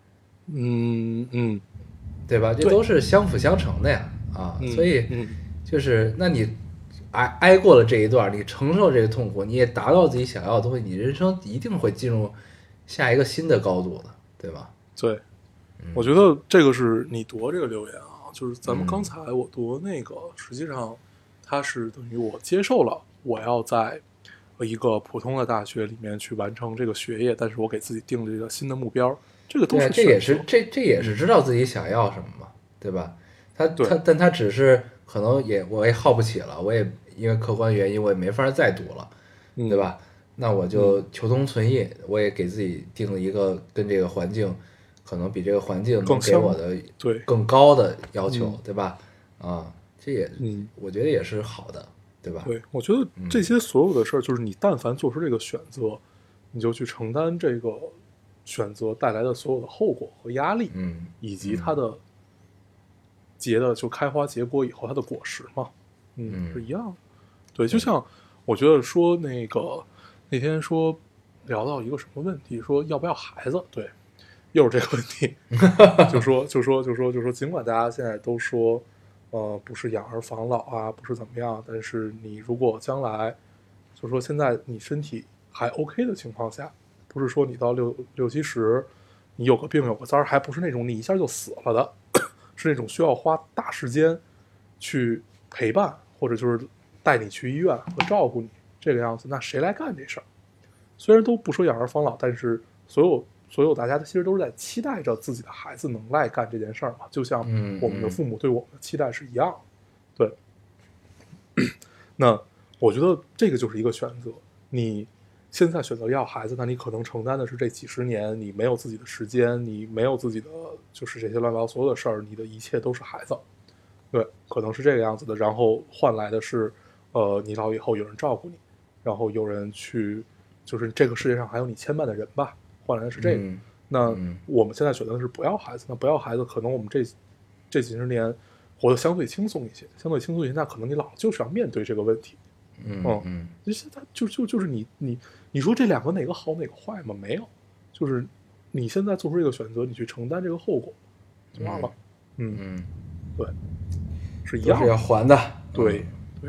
对吧？这都是相辅相成的呀，所以就是那你挨过了这一段，你承受这个痛苦，你也达到自己想要的东西，你人生一定会进入下一个新的高度的，对吧？ 对，我觉得这个是你读这个留言啊，就是咱们刚才我读那个，实际上它是等于我接受了我要在一个普通的大学里面去完成这个学业，但是我给自己定了一个新的目标，这个都是这也是知道自己想要什么嘛，对吧？但他只是可能我也耗不起了，我也因为客观原因我也没法再读了，对吧？那我就求同存异，我也给自己定了一个跟这个环境可能比这个环境能给我的更高的要求，对吧？这也我觉得也是好的，对吧？ 对，我觉得这些所有的事儿，就是你但凡做出这个选择，你就去承担这个选择带来的所有的后果和压力，以及它的就开花结果以后它的果实嘛，是一样的。对，就像我觉得说那天说聊到一个什么问题，说要不要孩子，对，又是这个问题，就说，尽管大家现在都说，不是养儿防老啊，不是怎么样，但是你如果将来，就说现在你身体还 OK 的情况下，不是说你到六七十，你有个病有个灾儿，还不是那种你一下就死了的，是那种需要花大时间去陪伴，或者就是带你去医院和照顾你这个样子，那谁来干这事儿？虽然都不说养儿防老，但是所有大家其实都是在期待着自己的孩子能来干这件事儿嘛，就像我们的父母对我们的期待是一样的。对， 那我觉得这个就是一个选择。你现在选择要孩子，那你可能承担的是这几十年你没有自己的时间，你没有自己的就是这些乱七八糟所有的事儿，你的一切都是孩子。对，可能是这个样子的。然后换来的是，你老以后有人照顾你，然后有人去，就是这个世界上还有你牵绊的人吧。换来的是这个。那我们现在选择的是不要孩子，那不要孩子，可能我们这几十年活得相对轻松一些，那可能你老就是要面对这个问题。就现在就是你说这两个哪个好哪个坏吗？没有，就是你现在做出这个选择，你去承担这个后果就完了。对，是一样的， 都是要还的。 对，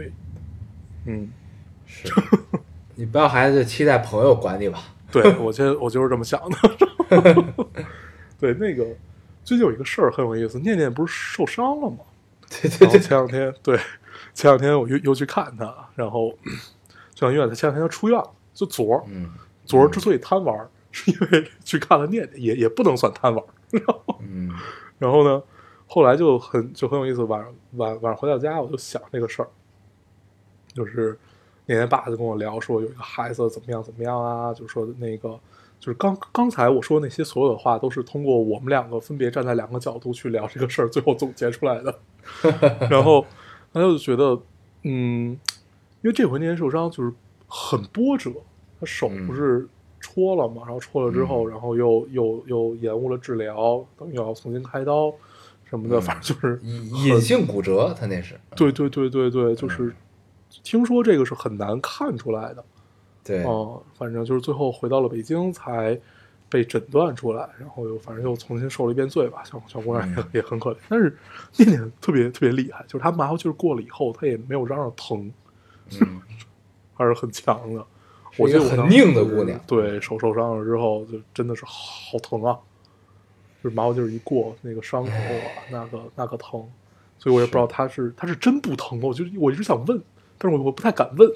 是。你不要孩子就期待朋友管你吧。 对，我就是这么想的。对，那个最近有一个事儿很有意思，念念不是受伤了吗？ 对， 前两天我又去看他，然后去医院，他前两天就出院了，就昨儿之所以贪玩，是因为去看了念念，也不能算贪玩。然后呢，后来就很有意思，晚上回到家，我就想这个事儿，就是念念爸就跟我聊说有一个孩子怎么样啊，就说那个就是刚才我说那些所有的话都是通过我们两个分别站在两个角度去聊这个事儿，最后总结出来的。然后他就觉得因为这回念念受伤就是很波折，他手不是戳了嘛，然后戳了之后，然后又延误了治疗，等于要重新开刀什么的，反正就是隐性骨折，他那是对，就是听说这个是很难看出来的。 对， 反正就是最后回到了北京才被诊断出来，然后反正又重新受了一遍罪吧。小姑娘也很可怜，但是念念特别厉害，就是她麻花劲儿过了以后，她也没有嚷嚷疼，还是很强的。我觉得很拧的姑娘， 对手受伤了之后，就真的是好疼啊！就是麻花劲儿一过，那个伤口啊，那个疼，所以我也不知道她是真不疼吗？我一直想问，但是我不太敢问。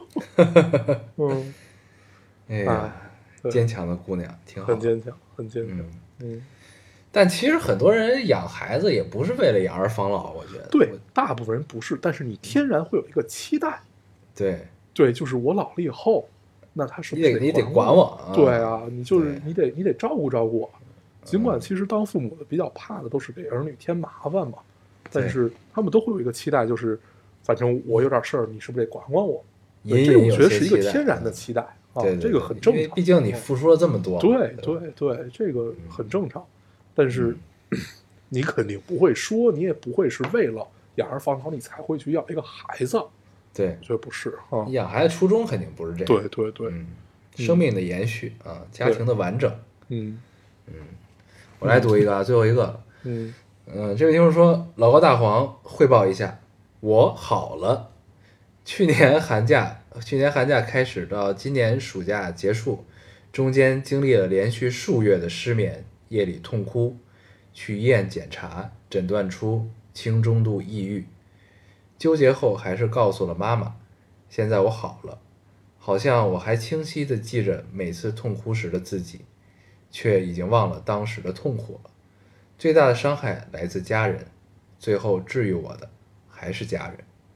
哎呀，坚强的姑娘挺好， 很坚强。 但其实很多人养孩子也不是为了养儿防老，我觉得对，大部分人不是，但是你天然会有一个期待。对，就是我老了以后，那他是不是你得管我？ 对啊，你得照顾照顾我。尽管其实当父母的比较怕的都是给儿女添麻烦嘛，但是他们都会有一个期待，就是反正我有点事儿，你是不是得管管我？这我觉得是一个天然的期待啊，这个很正常。 毕竟你付出了这么多。 对，这个很正常。但是你肯定不会说，你也不会是为了养儿防老你才会去要一个孩子。 对， 这不是啊。 养孩子初衷肯定不是这样。 对， 生命的延续啊，家庭的完整。 我来读一个啊，最后一个。这位听众说，老高大黄汇报一下，我好了。去年寒假开始到今年暑假结束，中间经历了连续数月的失眠，夜里痛哭，去医院检查，诊断出轻中度抑郁。纠结后还是告诉了妈妈，现在我好了，好像我还清晰地记着每次痛哭时的自己，却已经忘了当时的痛苦了。最大的伤害来自家人，最后治愈我的还是家人。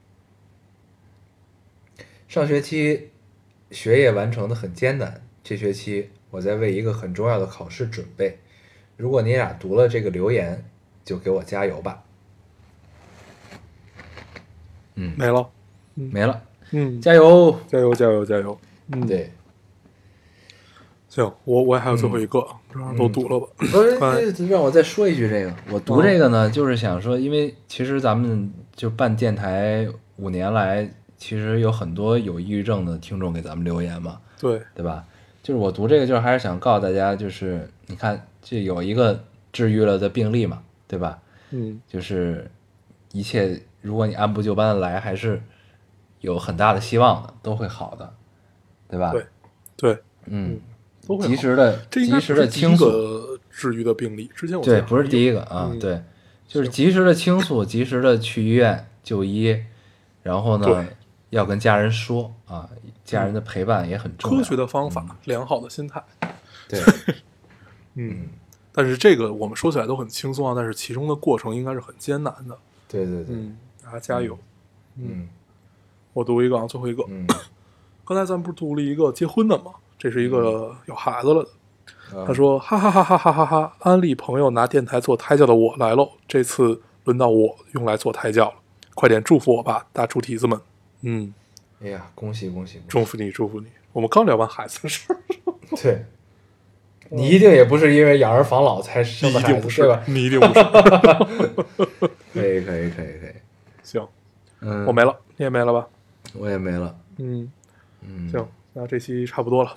上学期学业完成的很艰难，这学期我在为一个很重要的考试准备。如果你俩读了这个留言，就给我加油吧。 没了， 加油， 加油。 对， 行，我还有最后一个，这样都读了吧？ 让我再说一句，这个我读这个呢，就是想说，因为其实咱们就办电台5年来，其实有很多有抑郁症的听众给咱们留言嘛，对吧？就是我读这个，就是还是想告诉大家，就是你看，这有一个治愈了的病例嘛，对吧？就是一切，如果你按部就班的来，还是有很大的希望的，都会好的，对吧？ 对，都会及时的倾诉治愈的病例，之前我对不是第一个啊，对，就是及时的倾诉，及时的去医院就医，然后呢，要跟家人说啊，家人的陪伴也很重要， 科学的方法，良好的心态， 对， 但是这个我们说起来都很轻松啊，但是其中的过程应该是很艰难的。 对， 大家加油。 我读一个啊，最后一个。刚才咱们不是读了一个结婚的吗？这是一个有孩子了的。他说：“哈哈哈哈哈哈哈！安利朋友拿电台做胎教的我来喽，这次轮到我用来做胎教了，快点祝福我吧，大猪蹄子们！” 哎呀，恭喜恭喜！ 祝福你，祝福你！我们刚聊完孩子的事儿。 对，你一定也不是因为养儿防老才生的孩子，对吧？ 你一定不是。 可以。 行，我没了，你也没了吧？ 我也没了。 行，那这期差不多了。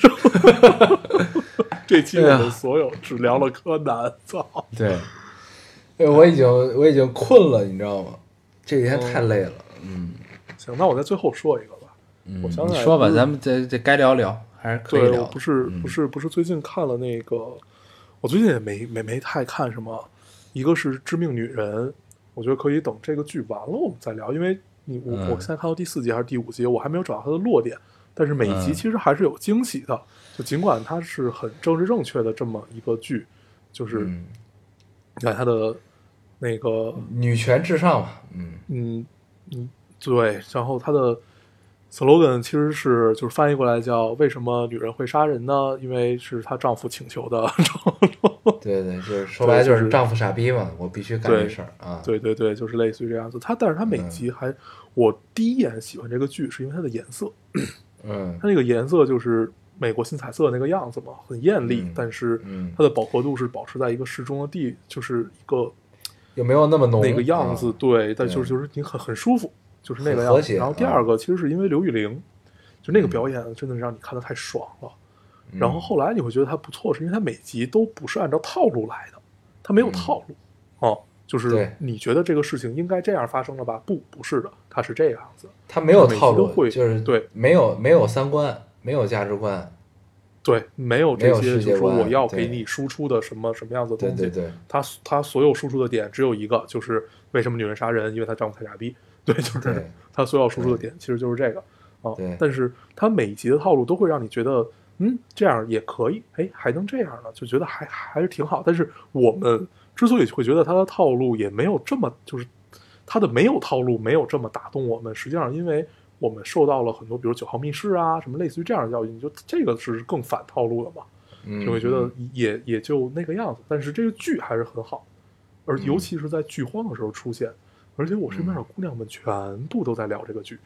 这期我们所有只聊了柯南，操！ 对，我已经困了，你知道吗？这几天太累了。 行，那我在最后说一个吧。我想起来， 你说吧，咱们这该聊聊，还是可以聊。 不是最近看了那个，我最近也没太看什么。一个是《致命女人》，我觉得可以等这个剧完了我们再聊，因为我现在看到第4集还是第5集，我还没有找到它的落点。但是每集其实还是有惊喜的，就尽管它是很政治正确的这么一个剧，就是你看它的那个女权至上嘛， 对，然后它的 slogan 其实是就是翻译过来叫为什么女人会杀人呢？因为是她丈夫请求的。 对，就是说白了就是丈夫傻逼嘛，我必须干这事儿啊。 对，就是类似于这样子。但是它每集我第一眼喜欢这个剧是因为它的颜色。它那个颜色就是美国新彩色那个样子嘛，很艳丽，但是它的饱和度是保持在一个适中的就是一个有没有那么浓那个样子，对，但就是你很舒服，就是那个样子。然后第二个其实是因为刘玉玲，就那个表演真的是让你看得太爽了。然后后来你会觉得它不错，是因为它每集都不是按照套路来的，它没有套路就是你觉得这个事情应该这样发生了吧？不是的，它是这样子。 它没有套路，就是对， 没有三观，没有价值观， 对，没有这些，就是说我要给你输出的什么样子的东西。 对， 他所有输出的点只有一个，就是为什么女人杀人，因为她丈夫太傻逼。对，就是他所有输出的点其实就是这个但是他每一集的套路都会让你觉得，这样也可以，还能这样呢，就觉得还是挺好。但是我们之所以会觉得他的套路也没有这么，就是他的没有套路没有这么打动我们，实际上因为我们受到了很多比如9号密室啊什么类似于这样的教育，你就这个是更反套路的嘛，就会觉得也就那个样子。但是这个剧还是很好，而尤其是在剧荒的时候出现，而且我身边的姑娘们全部都在聊这个剧，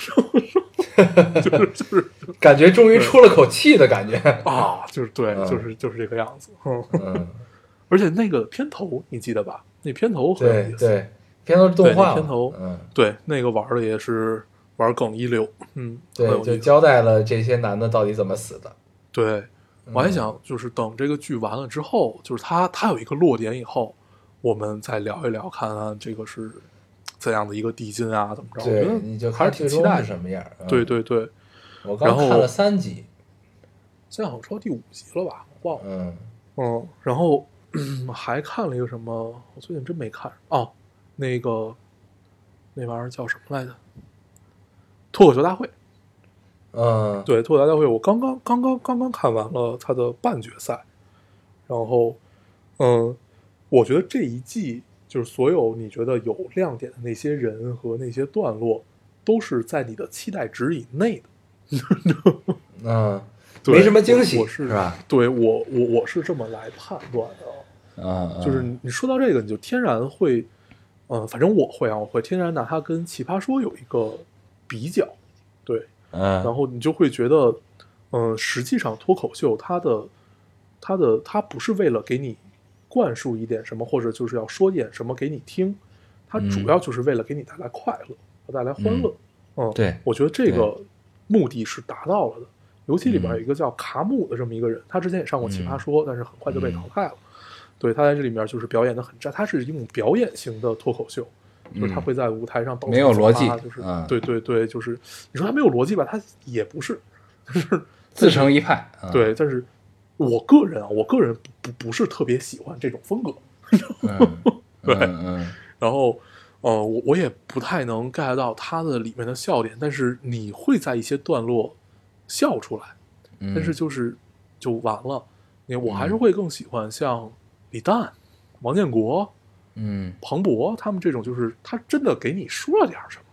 就是感觉终于出了口气的感觉啊，就是对，就是这个样子。而且那个片头你记得吧？那片头很有意思， 对，片头是动画， 片头，对，那个玩的也是玩梗一流， 对，就交代了这些男的到底怎么死的。 对，我还想就是等这个剧完了之后，就是他有一个落点以后，我们再聊一聊，看看这个是怎样的一个递进啊，怎么着？我觉得你就还是挺期待是什么样。 对， 我刚看了3集， 现在好像说第5集了吧？忘了。然后还看了一个什么？我最近真没看那玩意儿叫什么来着？脱口秀大会。对，脱口秀大会，我刚刚看完了他的半决赛，然后我觉得这一季就是所有你觉得有亮点的那些人和那些段落，都是在你的期待值以内的。 没什么惊喜， 是吧？ 对，我是这么来判断的。就是你说到这个，你就天然会，反正我会天然拿它跟奇葩说有一个比较，对，然后你就会觉得，实际上脱口秀它不是为了给你灌输一点什么，或者就是要说点什么给你听，它主要就是为了给你带来快乐和带来欢乐。 对， 我觉得这个目的是达到了的。尤其里边有一个叫卡姆的这么一个人，他之前也上过奇葩说，但是很快就被淘汰了。对，他在这里面就是表演的很炸，他是一种表演型的脱口秀，就是他会在舞台上没有逻辑， 就是对，就是你说他没有逻辑吧，他也不是，就是自成一派。 对，但是我个人不是特别喜欢这种风格。对，然后我也不太能 get 到他的里面的笑点，但是你会在一些段落笑出来，但是就完了。我还是会更喜欢像李诞、王建国、庞博他们这种，就是他真的给你说了点什么，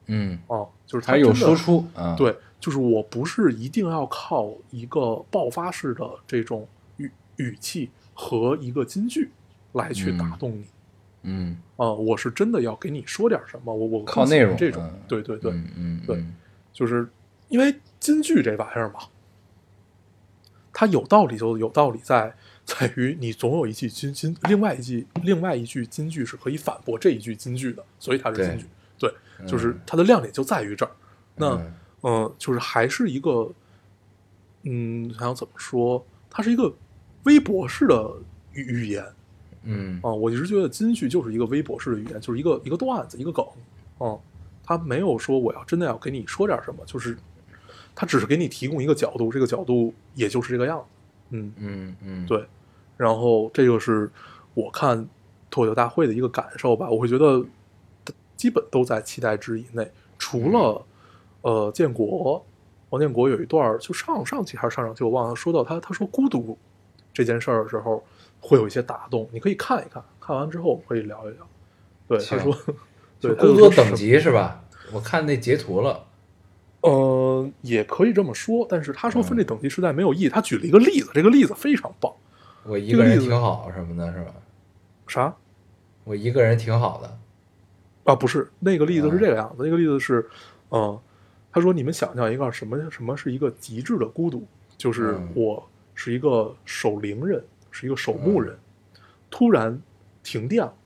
就是它还有输出对，就是我不是一定要靠一个爆发式的这种语气和一个金句来去打动你，我是真的要给你说点什么，我靠内容这种，对，对，就是因为金句这玩意儿嘛，它有道理就有道理在于你总有一句另外一句金句是可以反驳这一句金句的，所以它是金句。对，就是它的亮点就在于这儿。那就是还是一个想要怎么说，它是一个微博式的语言。我一直觉得金句就是一个微博式的语言，就是一个段子，一个梗。它没有说我要真的要给你说点什么，就是它只是给你提供一个角度，这个角度也就是这个样子。对。然后这个是我看脱口秀大会的一个感受吧，我会觉得基本都在期待值以内，除了王建国有一段就上期还是上期我忘了，说到他说孤独这件事儿的时候会有一些打动，你可以看一看，看完之后我们可以聊一聊。对，他说对工作等级是吧？我看那截图了。 也可以这么说，但是他说分这等级实在没有意义。他举了一个例子，这个例子非常棒。 我一个人挺好什么的，是吧？ 啥？ 我一个人挺好的。 不是，那个例子是这个样子。那个例子是，他说你们想象一个什么是一个极致的孤独，就是我是一个守灵人，是一个守墓人，突然停电了，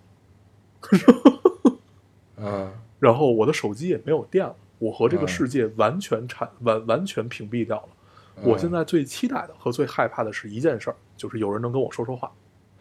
然后我的手机也没有电了，我和这个世界完全屏蔽掉了。我现在最期待的和最害怕的是一件事儿，就是有人能跟我说说话。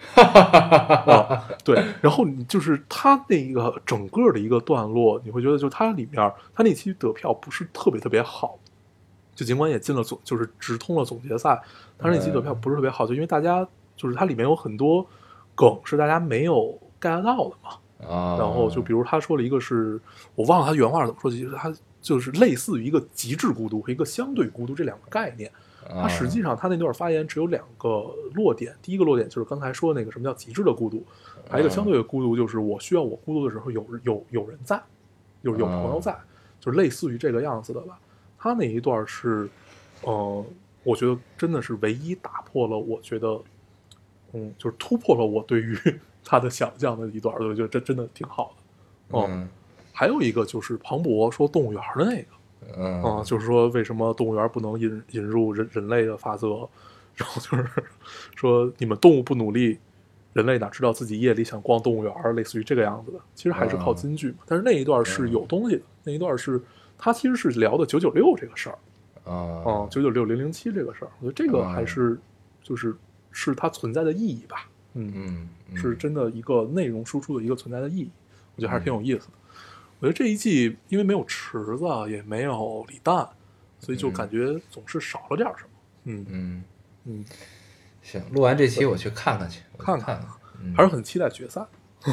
对，然后你就是他那个整个的一个段落，你会觉得就他里面他那期得票不是特别好，就尽管也进了就是直通了总决赛，他那期得票不是特别好，就因为大家就是它里面有很多梗是大家没有 get 到的嘛。然后就比如他说了一个是我忘了他原话怎么说，其实他就是类似于一个极致孤独和一个相对孤独这两个概念。他实际上他那段发言只有2个落点，第一个落点就是刚才说的那个什么叫极致的孤独，还有一个相对的孤独就是我需要我孤独的时候有人在，有朋友在，就是类似于这个样子的吧。他那一段是我觉得真的是唯一打破了我觉得就是突破了我对于他的想象的一段，我觉得这真的挺好的。还有一个就是庞博说动物园的那个，就是说为什么动物园不能引入人类的法则，然后就是说你们动物不努力，人类哪知道自己夜里想逛动物园，类似于这个样子的。其实还是靠金句嘛，但是那一段是有东西的，那一段是他其实是聊的996这个事儿，996、007这个事儿，我觉得这个还是是它存在的意义吧。是真的一个内容输出的一个存在的意义，我觉得还是挺有意思的。我觉得这一季因为没有池子，也没有李诞，所以就感觉总是少了点什么。 行，录完这期我去看看去， 看，还是很期待决赛。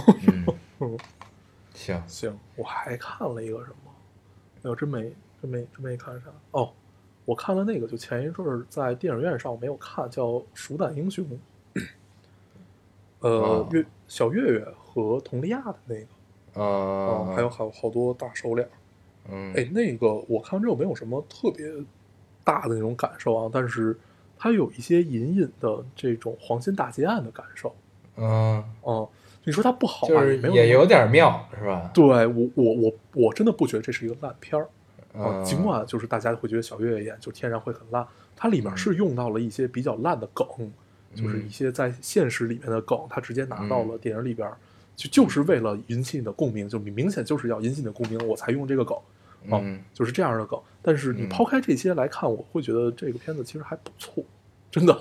行，我还看了一个什么？哎呦，真没看啥哦。我看了那个，就前一阵儿在电影院上我没有看，叫《鼠胆英雄》。小岳岳和佟丽娅的那个，还有好多大手脸。那个我看完之后没有什么特别大的那种感受啊，但是它有一些隐隐的这种黄金大劫案的感受。你说它不好吧， 就是也有点妙，是吧？ 对，我真的不觉得这是一个烂片儿。尽管就是大家会觉得小岳岳演就天然会很烂，它里面是用到了一些比较烂的梗，就是一些在现实里面的梗，它直接拿到了电影里边，就是为了引起你的共鸣，就明显就是要引起你的共鸣，我才用这个梗，就是这样的梗。但是你抛开这些来看，我会觉得这个片子其实还不错，真的，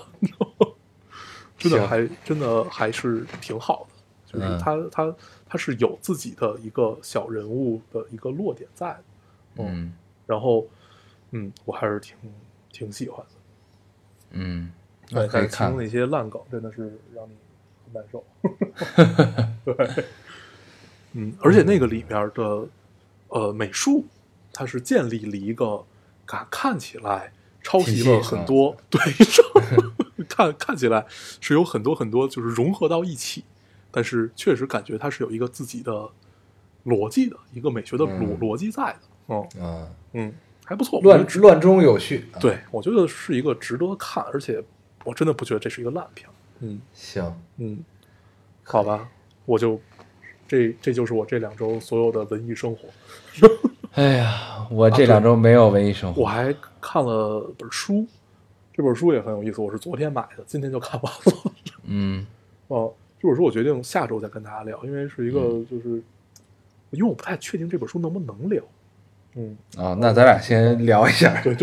真的还是挺好的，就是它是有自己的一个小人物的一个落点在的，然后我还是挺喜欢的，但是其中那些烂梗真的是让你很难受。对，而且那个里边的美术，它是建立了一个看起来抄袭了很多，对，看起来是有很多就是融合到一起，但是确实感觉它是有一个自己的逻辑的一个美学的逻辑在的。 还不错， 乱中有序。 对，我觉得是一个值得看，而且我真的不觉得这是一个烂片。 行， 好吧，我就这就是我这2周所有的文艺生活。 哎呀，我这2周没有文艺生活。 我还看了本书，这本书也很有意思，我是昨天买的，今天就看完了。这本书我决定下周再跟大家聊，因为是一个就是因为我不太确定这本书能不能聊。 那咱俩先聊一下。 对。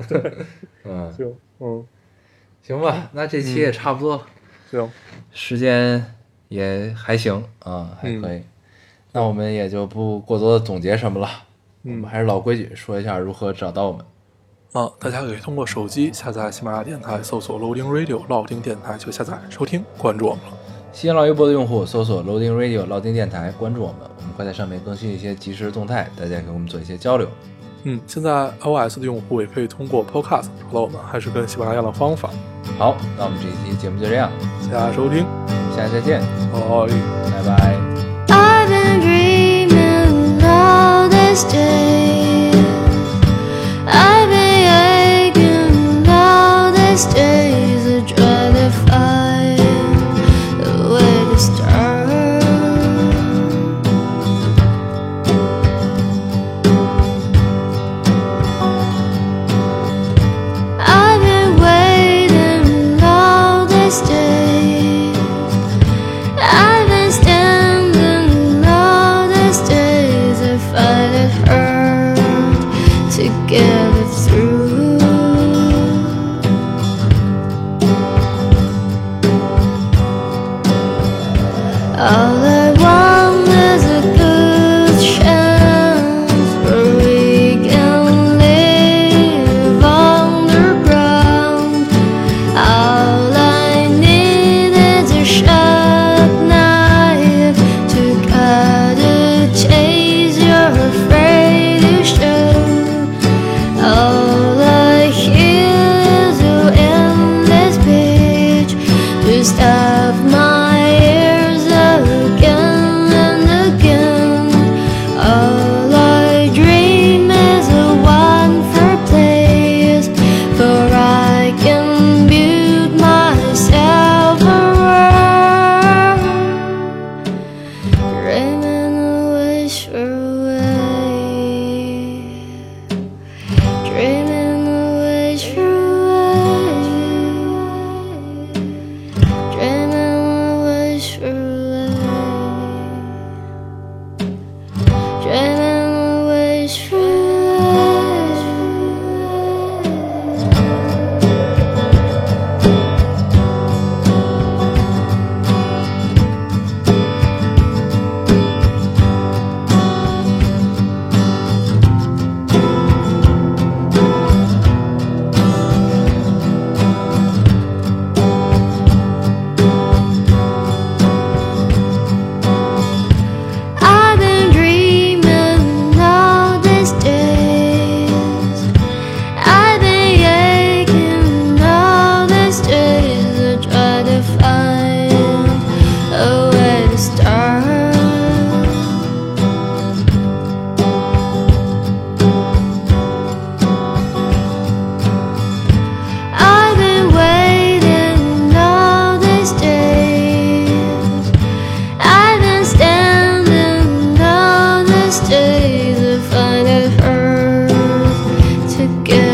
行吧，那这期也差不多了。 行， 时间也还行还可以。那我们也就不过多的总结什么了。我们还是老规矩，说一下如何找到我们。 大家可以通过手机下载喜马拉雅电台，搜索 Loading Radio 老丁电台就下载收听，关注我们了。 新浪微博的用户搜索 Loading Radio 老丁电台，关注我们，我们会在上面更新一些即时动态，大家可以跟我们做一些交流。 现在 iOS 的用户也可以通过 Podcast 找到我们，还是跟喜马拉雅的方法。好， 那我们这一期节目就这样， 谢谢大家收听， 下期再见，拜拜。 I've been dreaming all this day. I've been aching all these days to try to find a way to start. I've been waiting all these days. I've been standing all these days to find it hard to get it through. All I want is a good chance where we can live underground. All I need is a sharp knife to cut a taste you're afraid to show. All I hear is your endless pitch to stop my ears again and again. All I dream is a wonderful place where I can build myself a world, dreaming a wishful way, dreaming a wishful way, dreaming a wishful way, dreaming a wishful way. I've been dreaming all these days. I've been aching all these days to try to find a way to start. I've been waiting all these days. I've been standing all these days to find it hard to get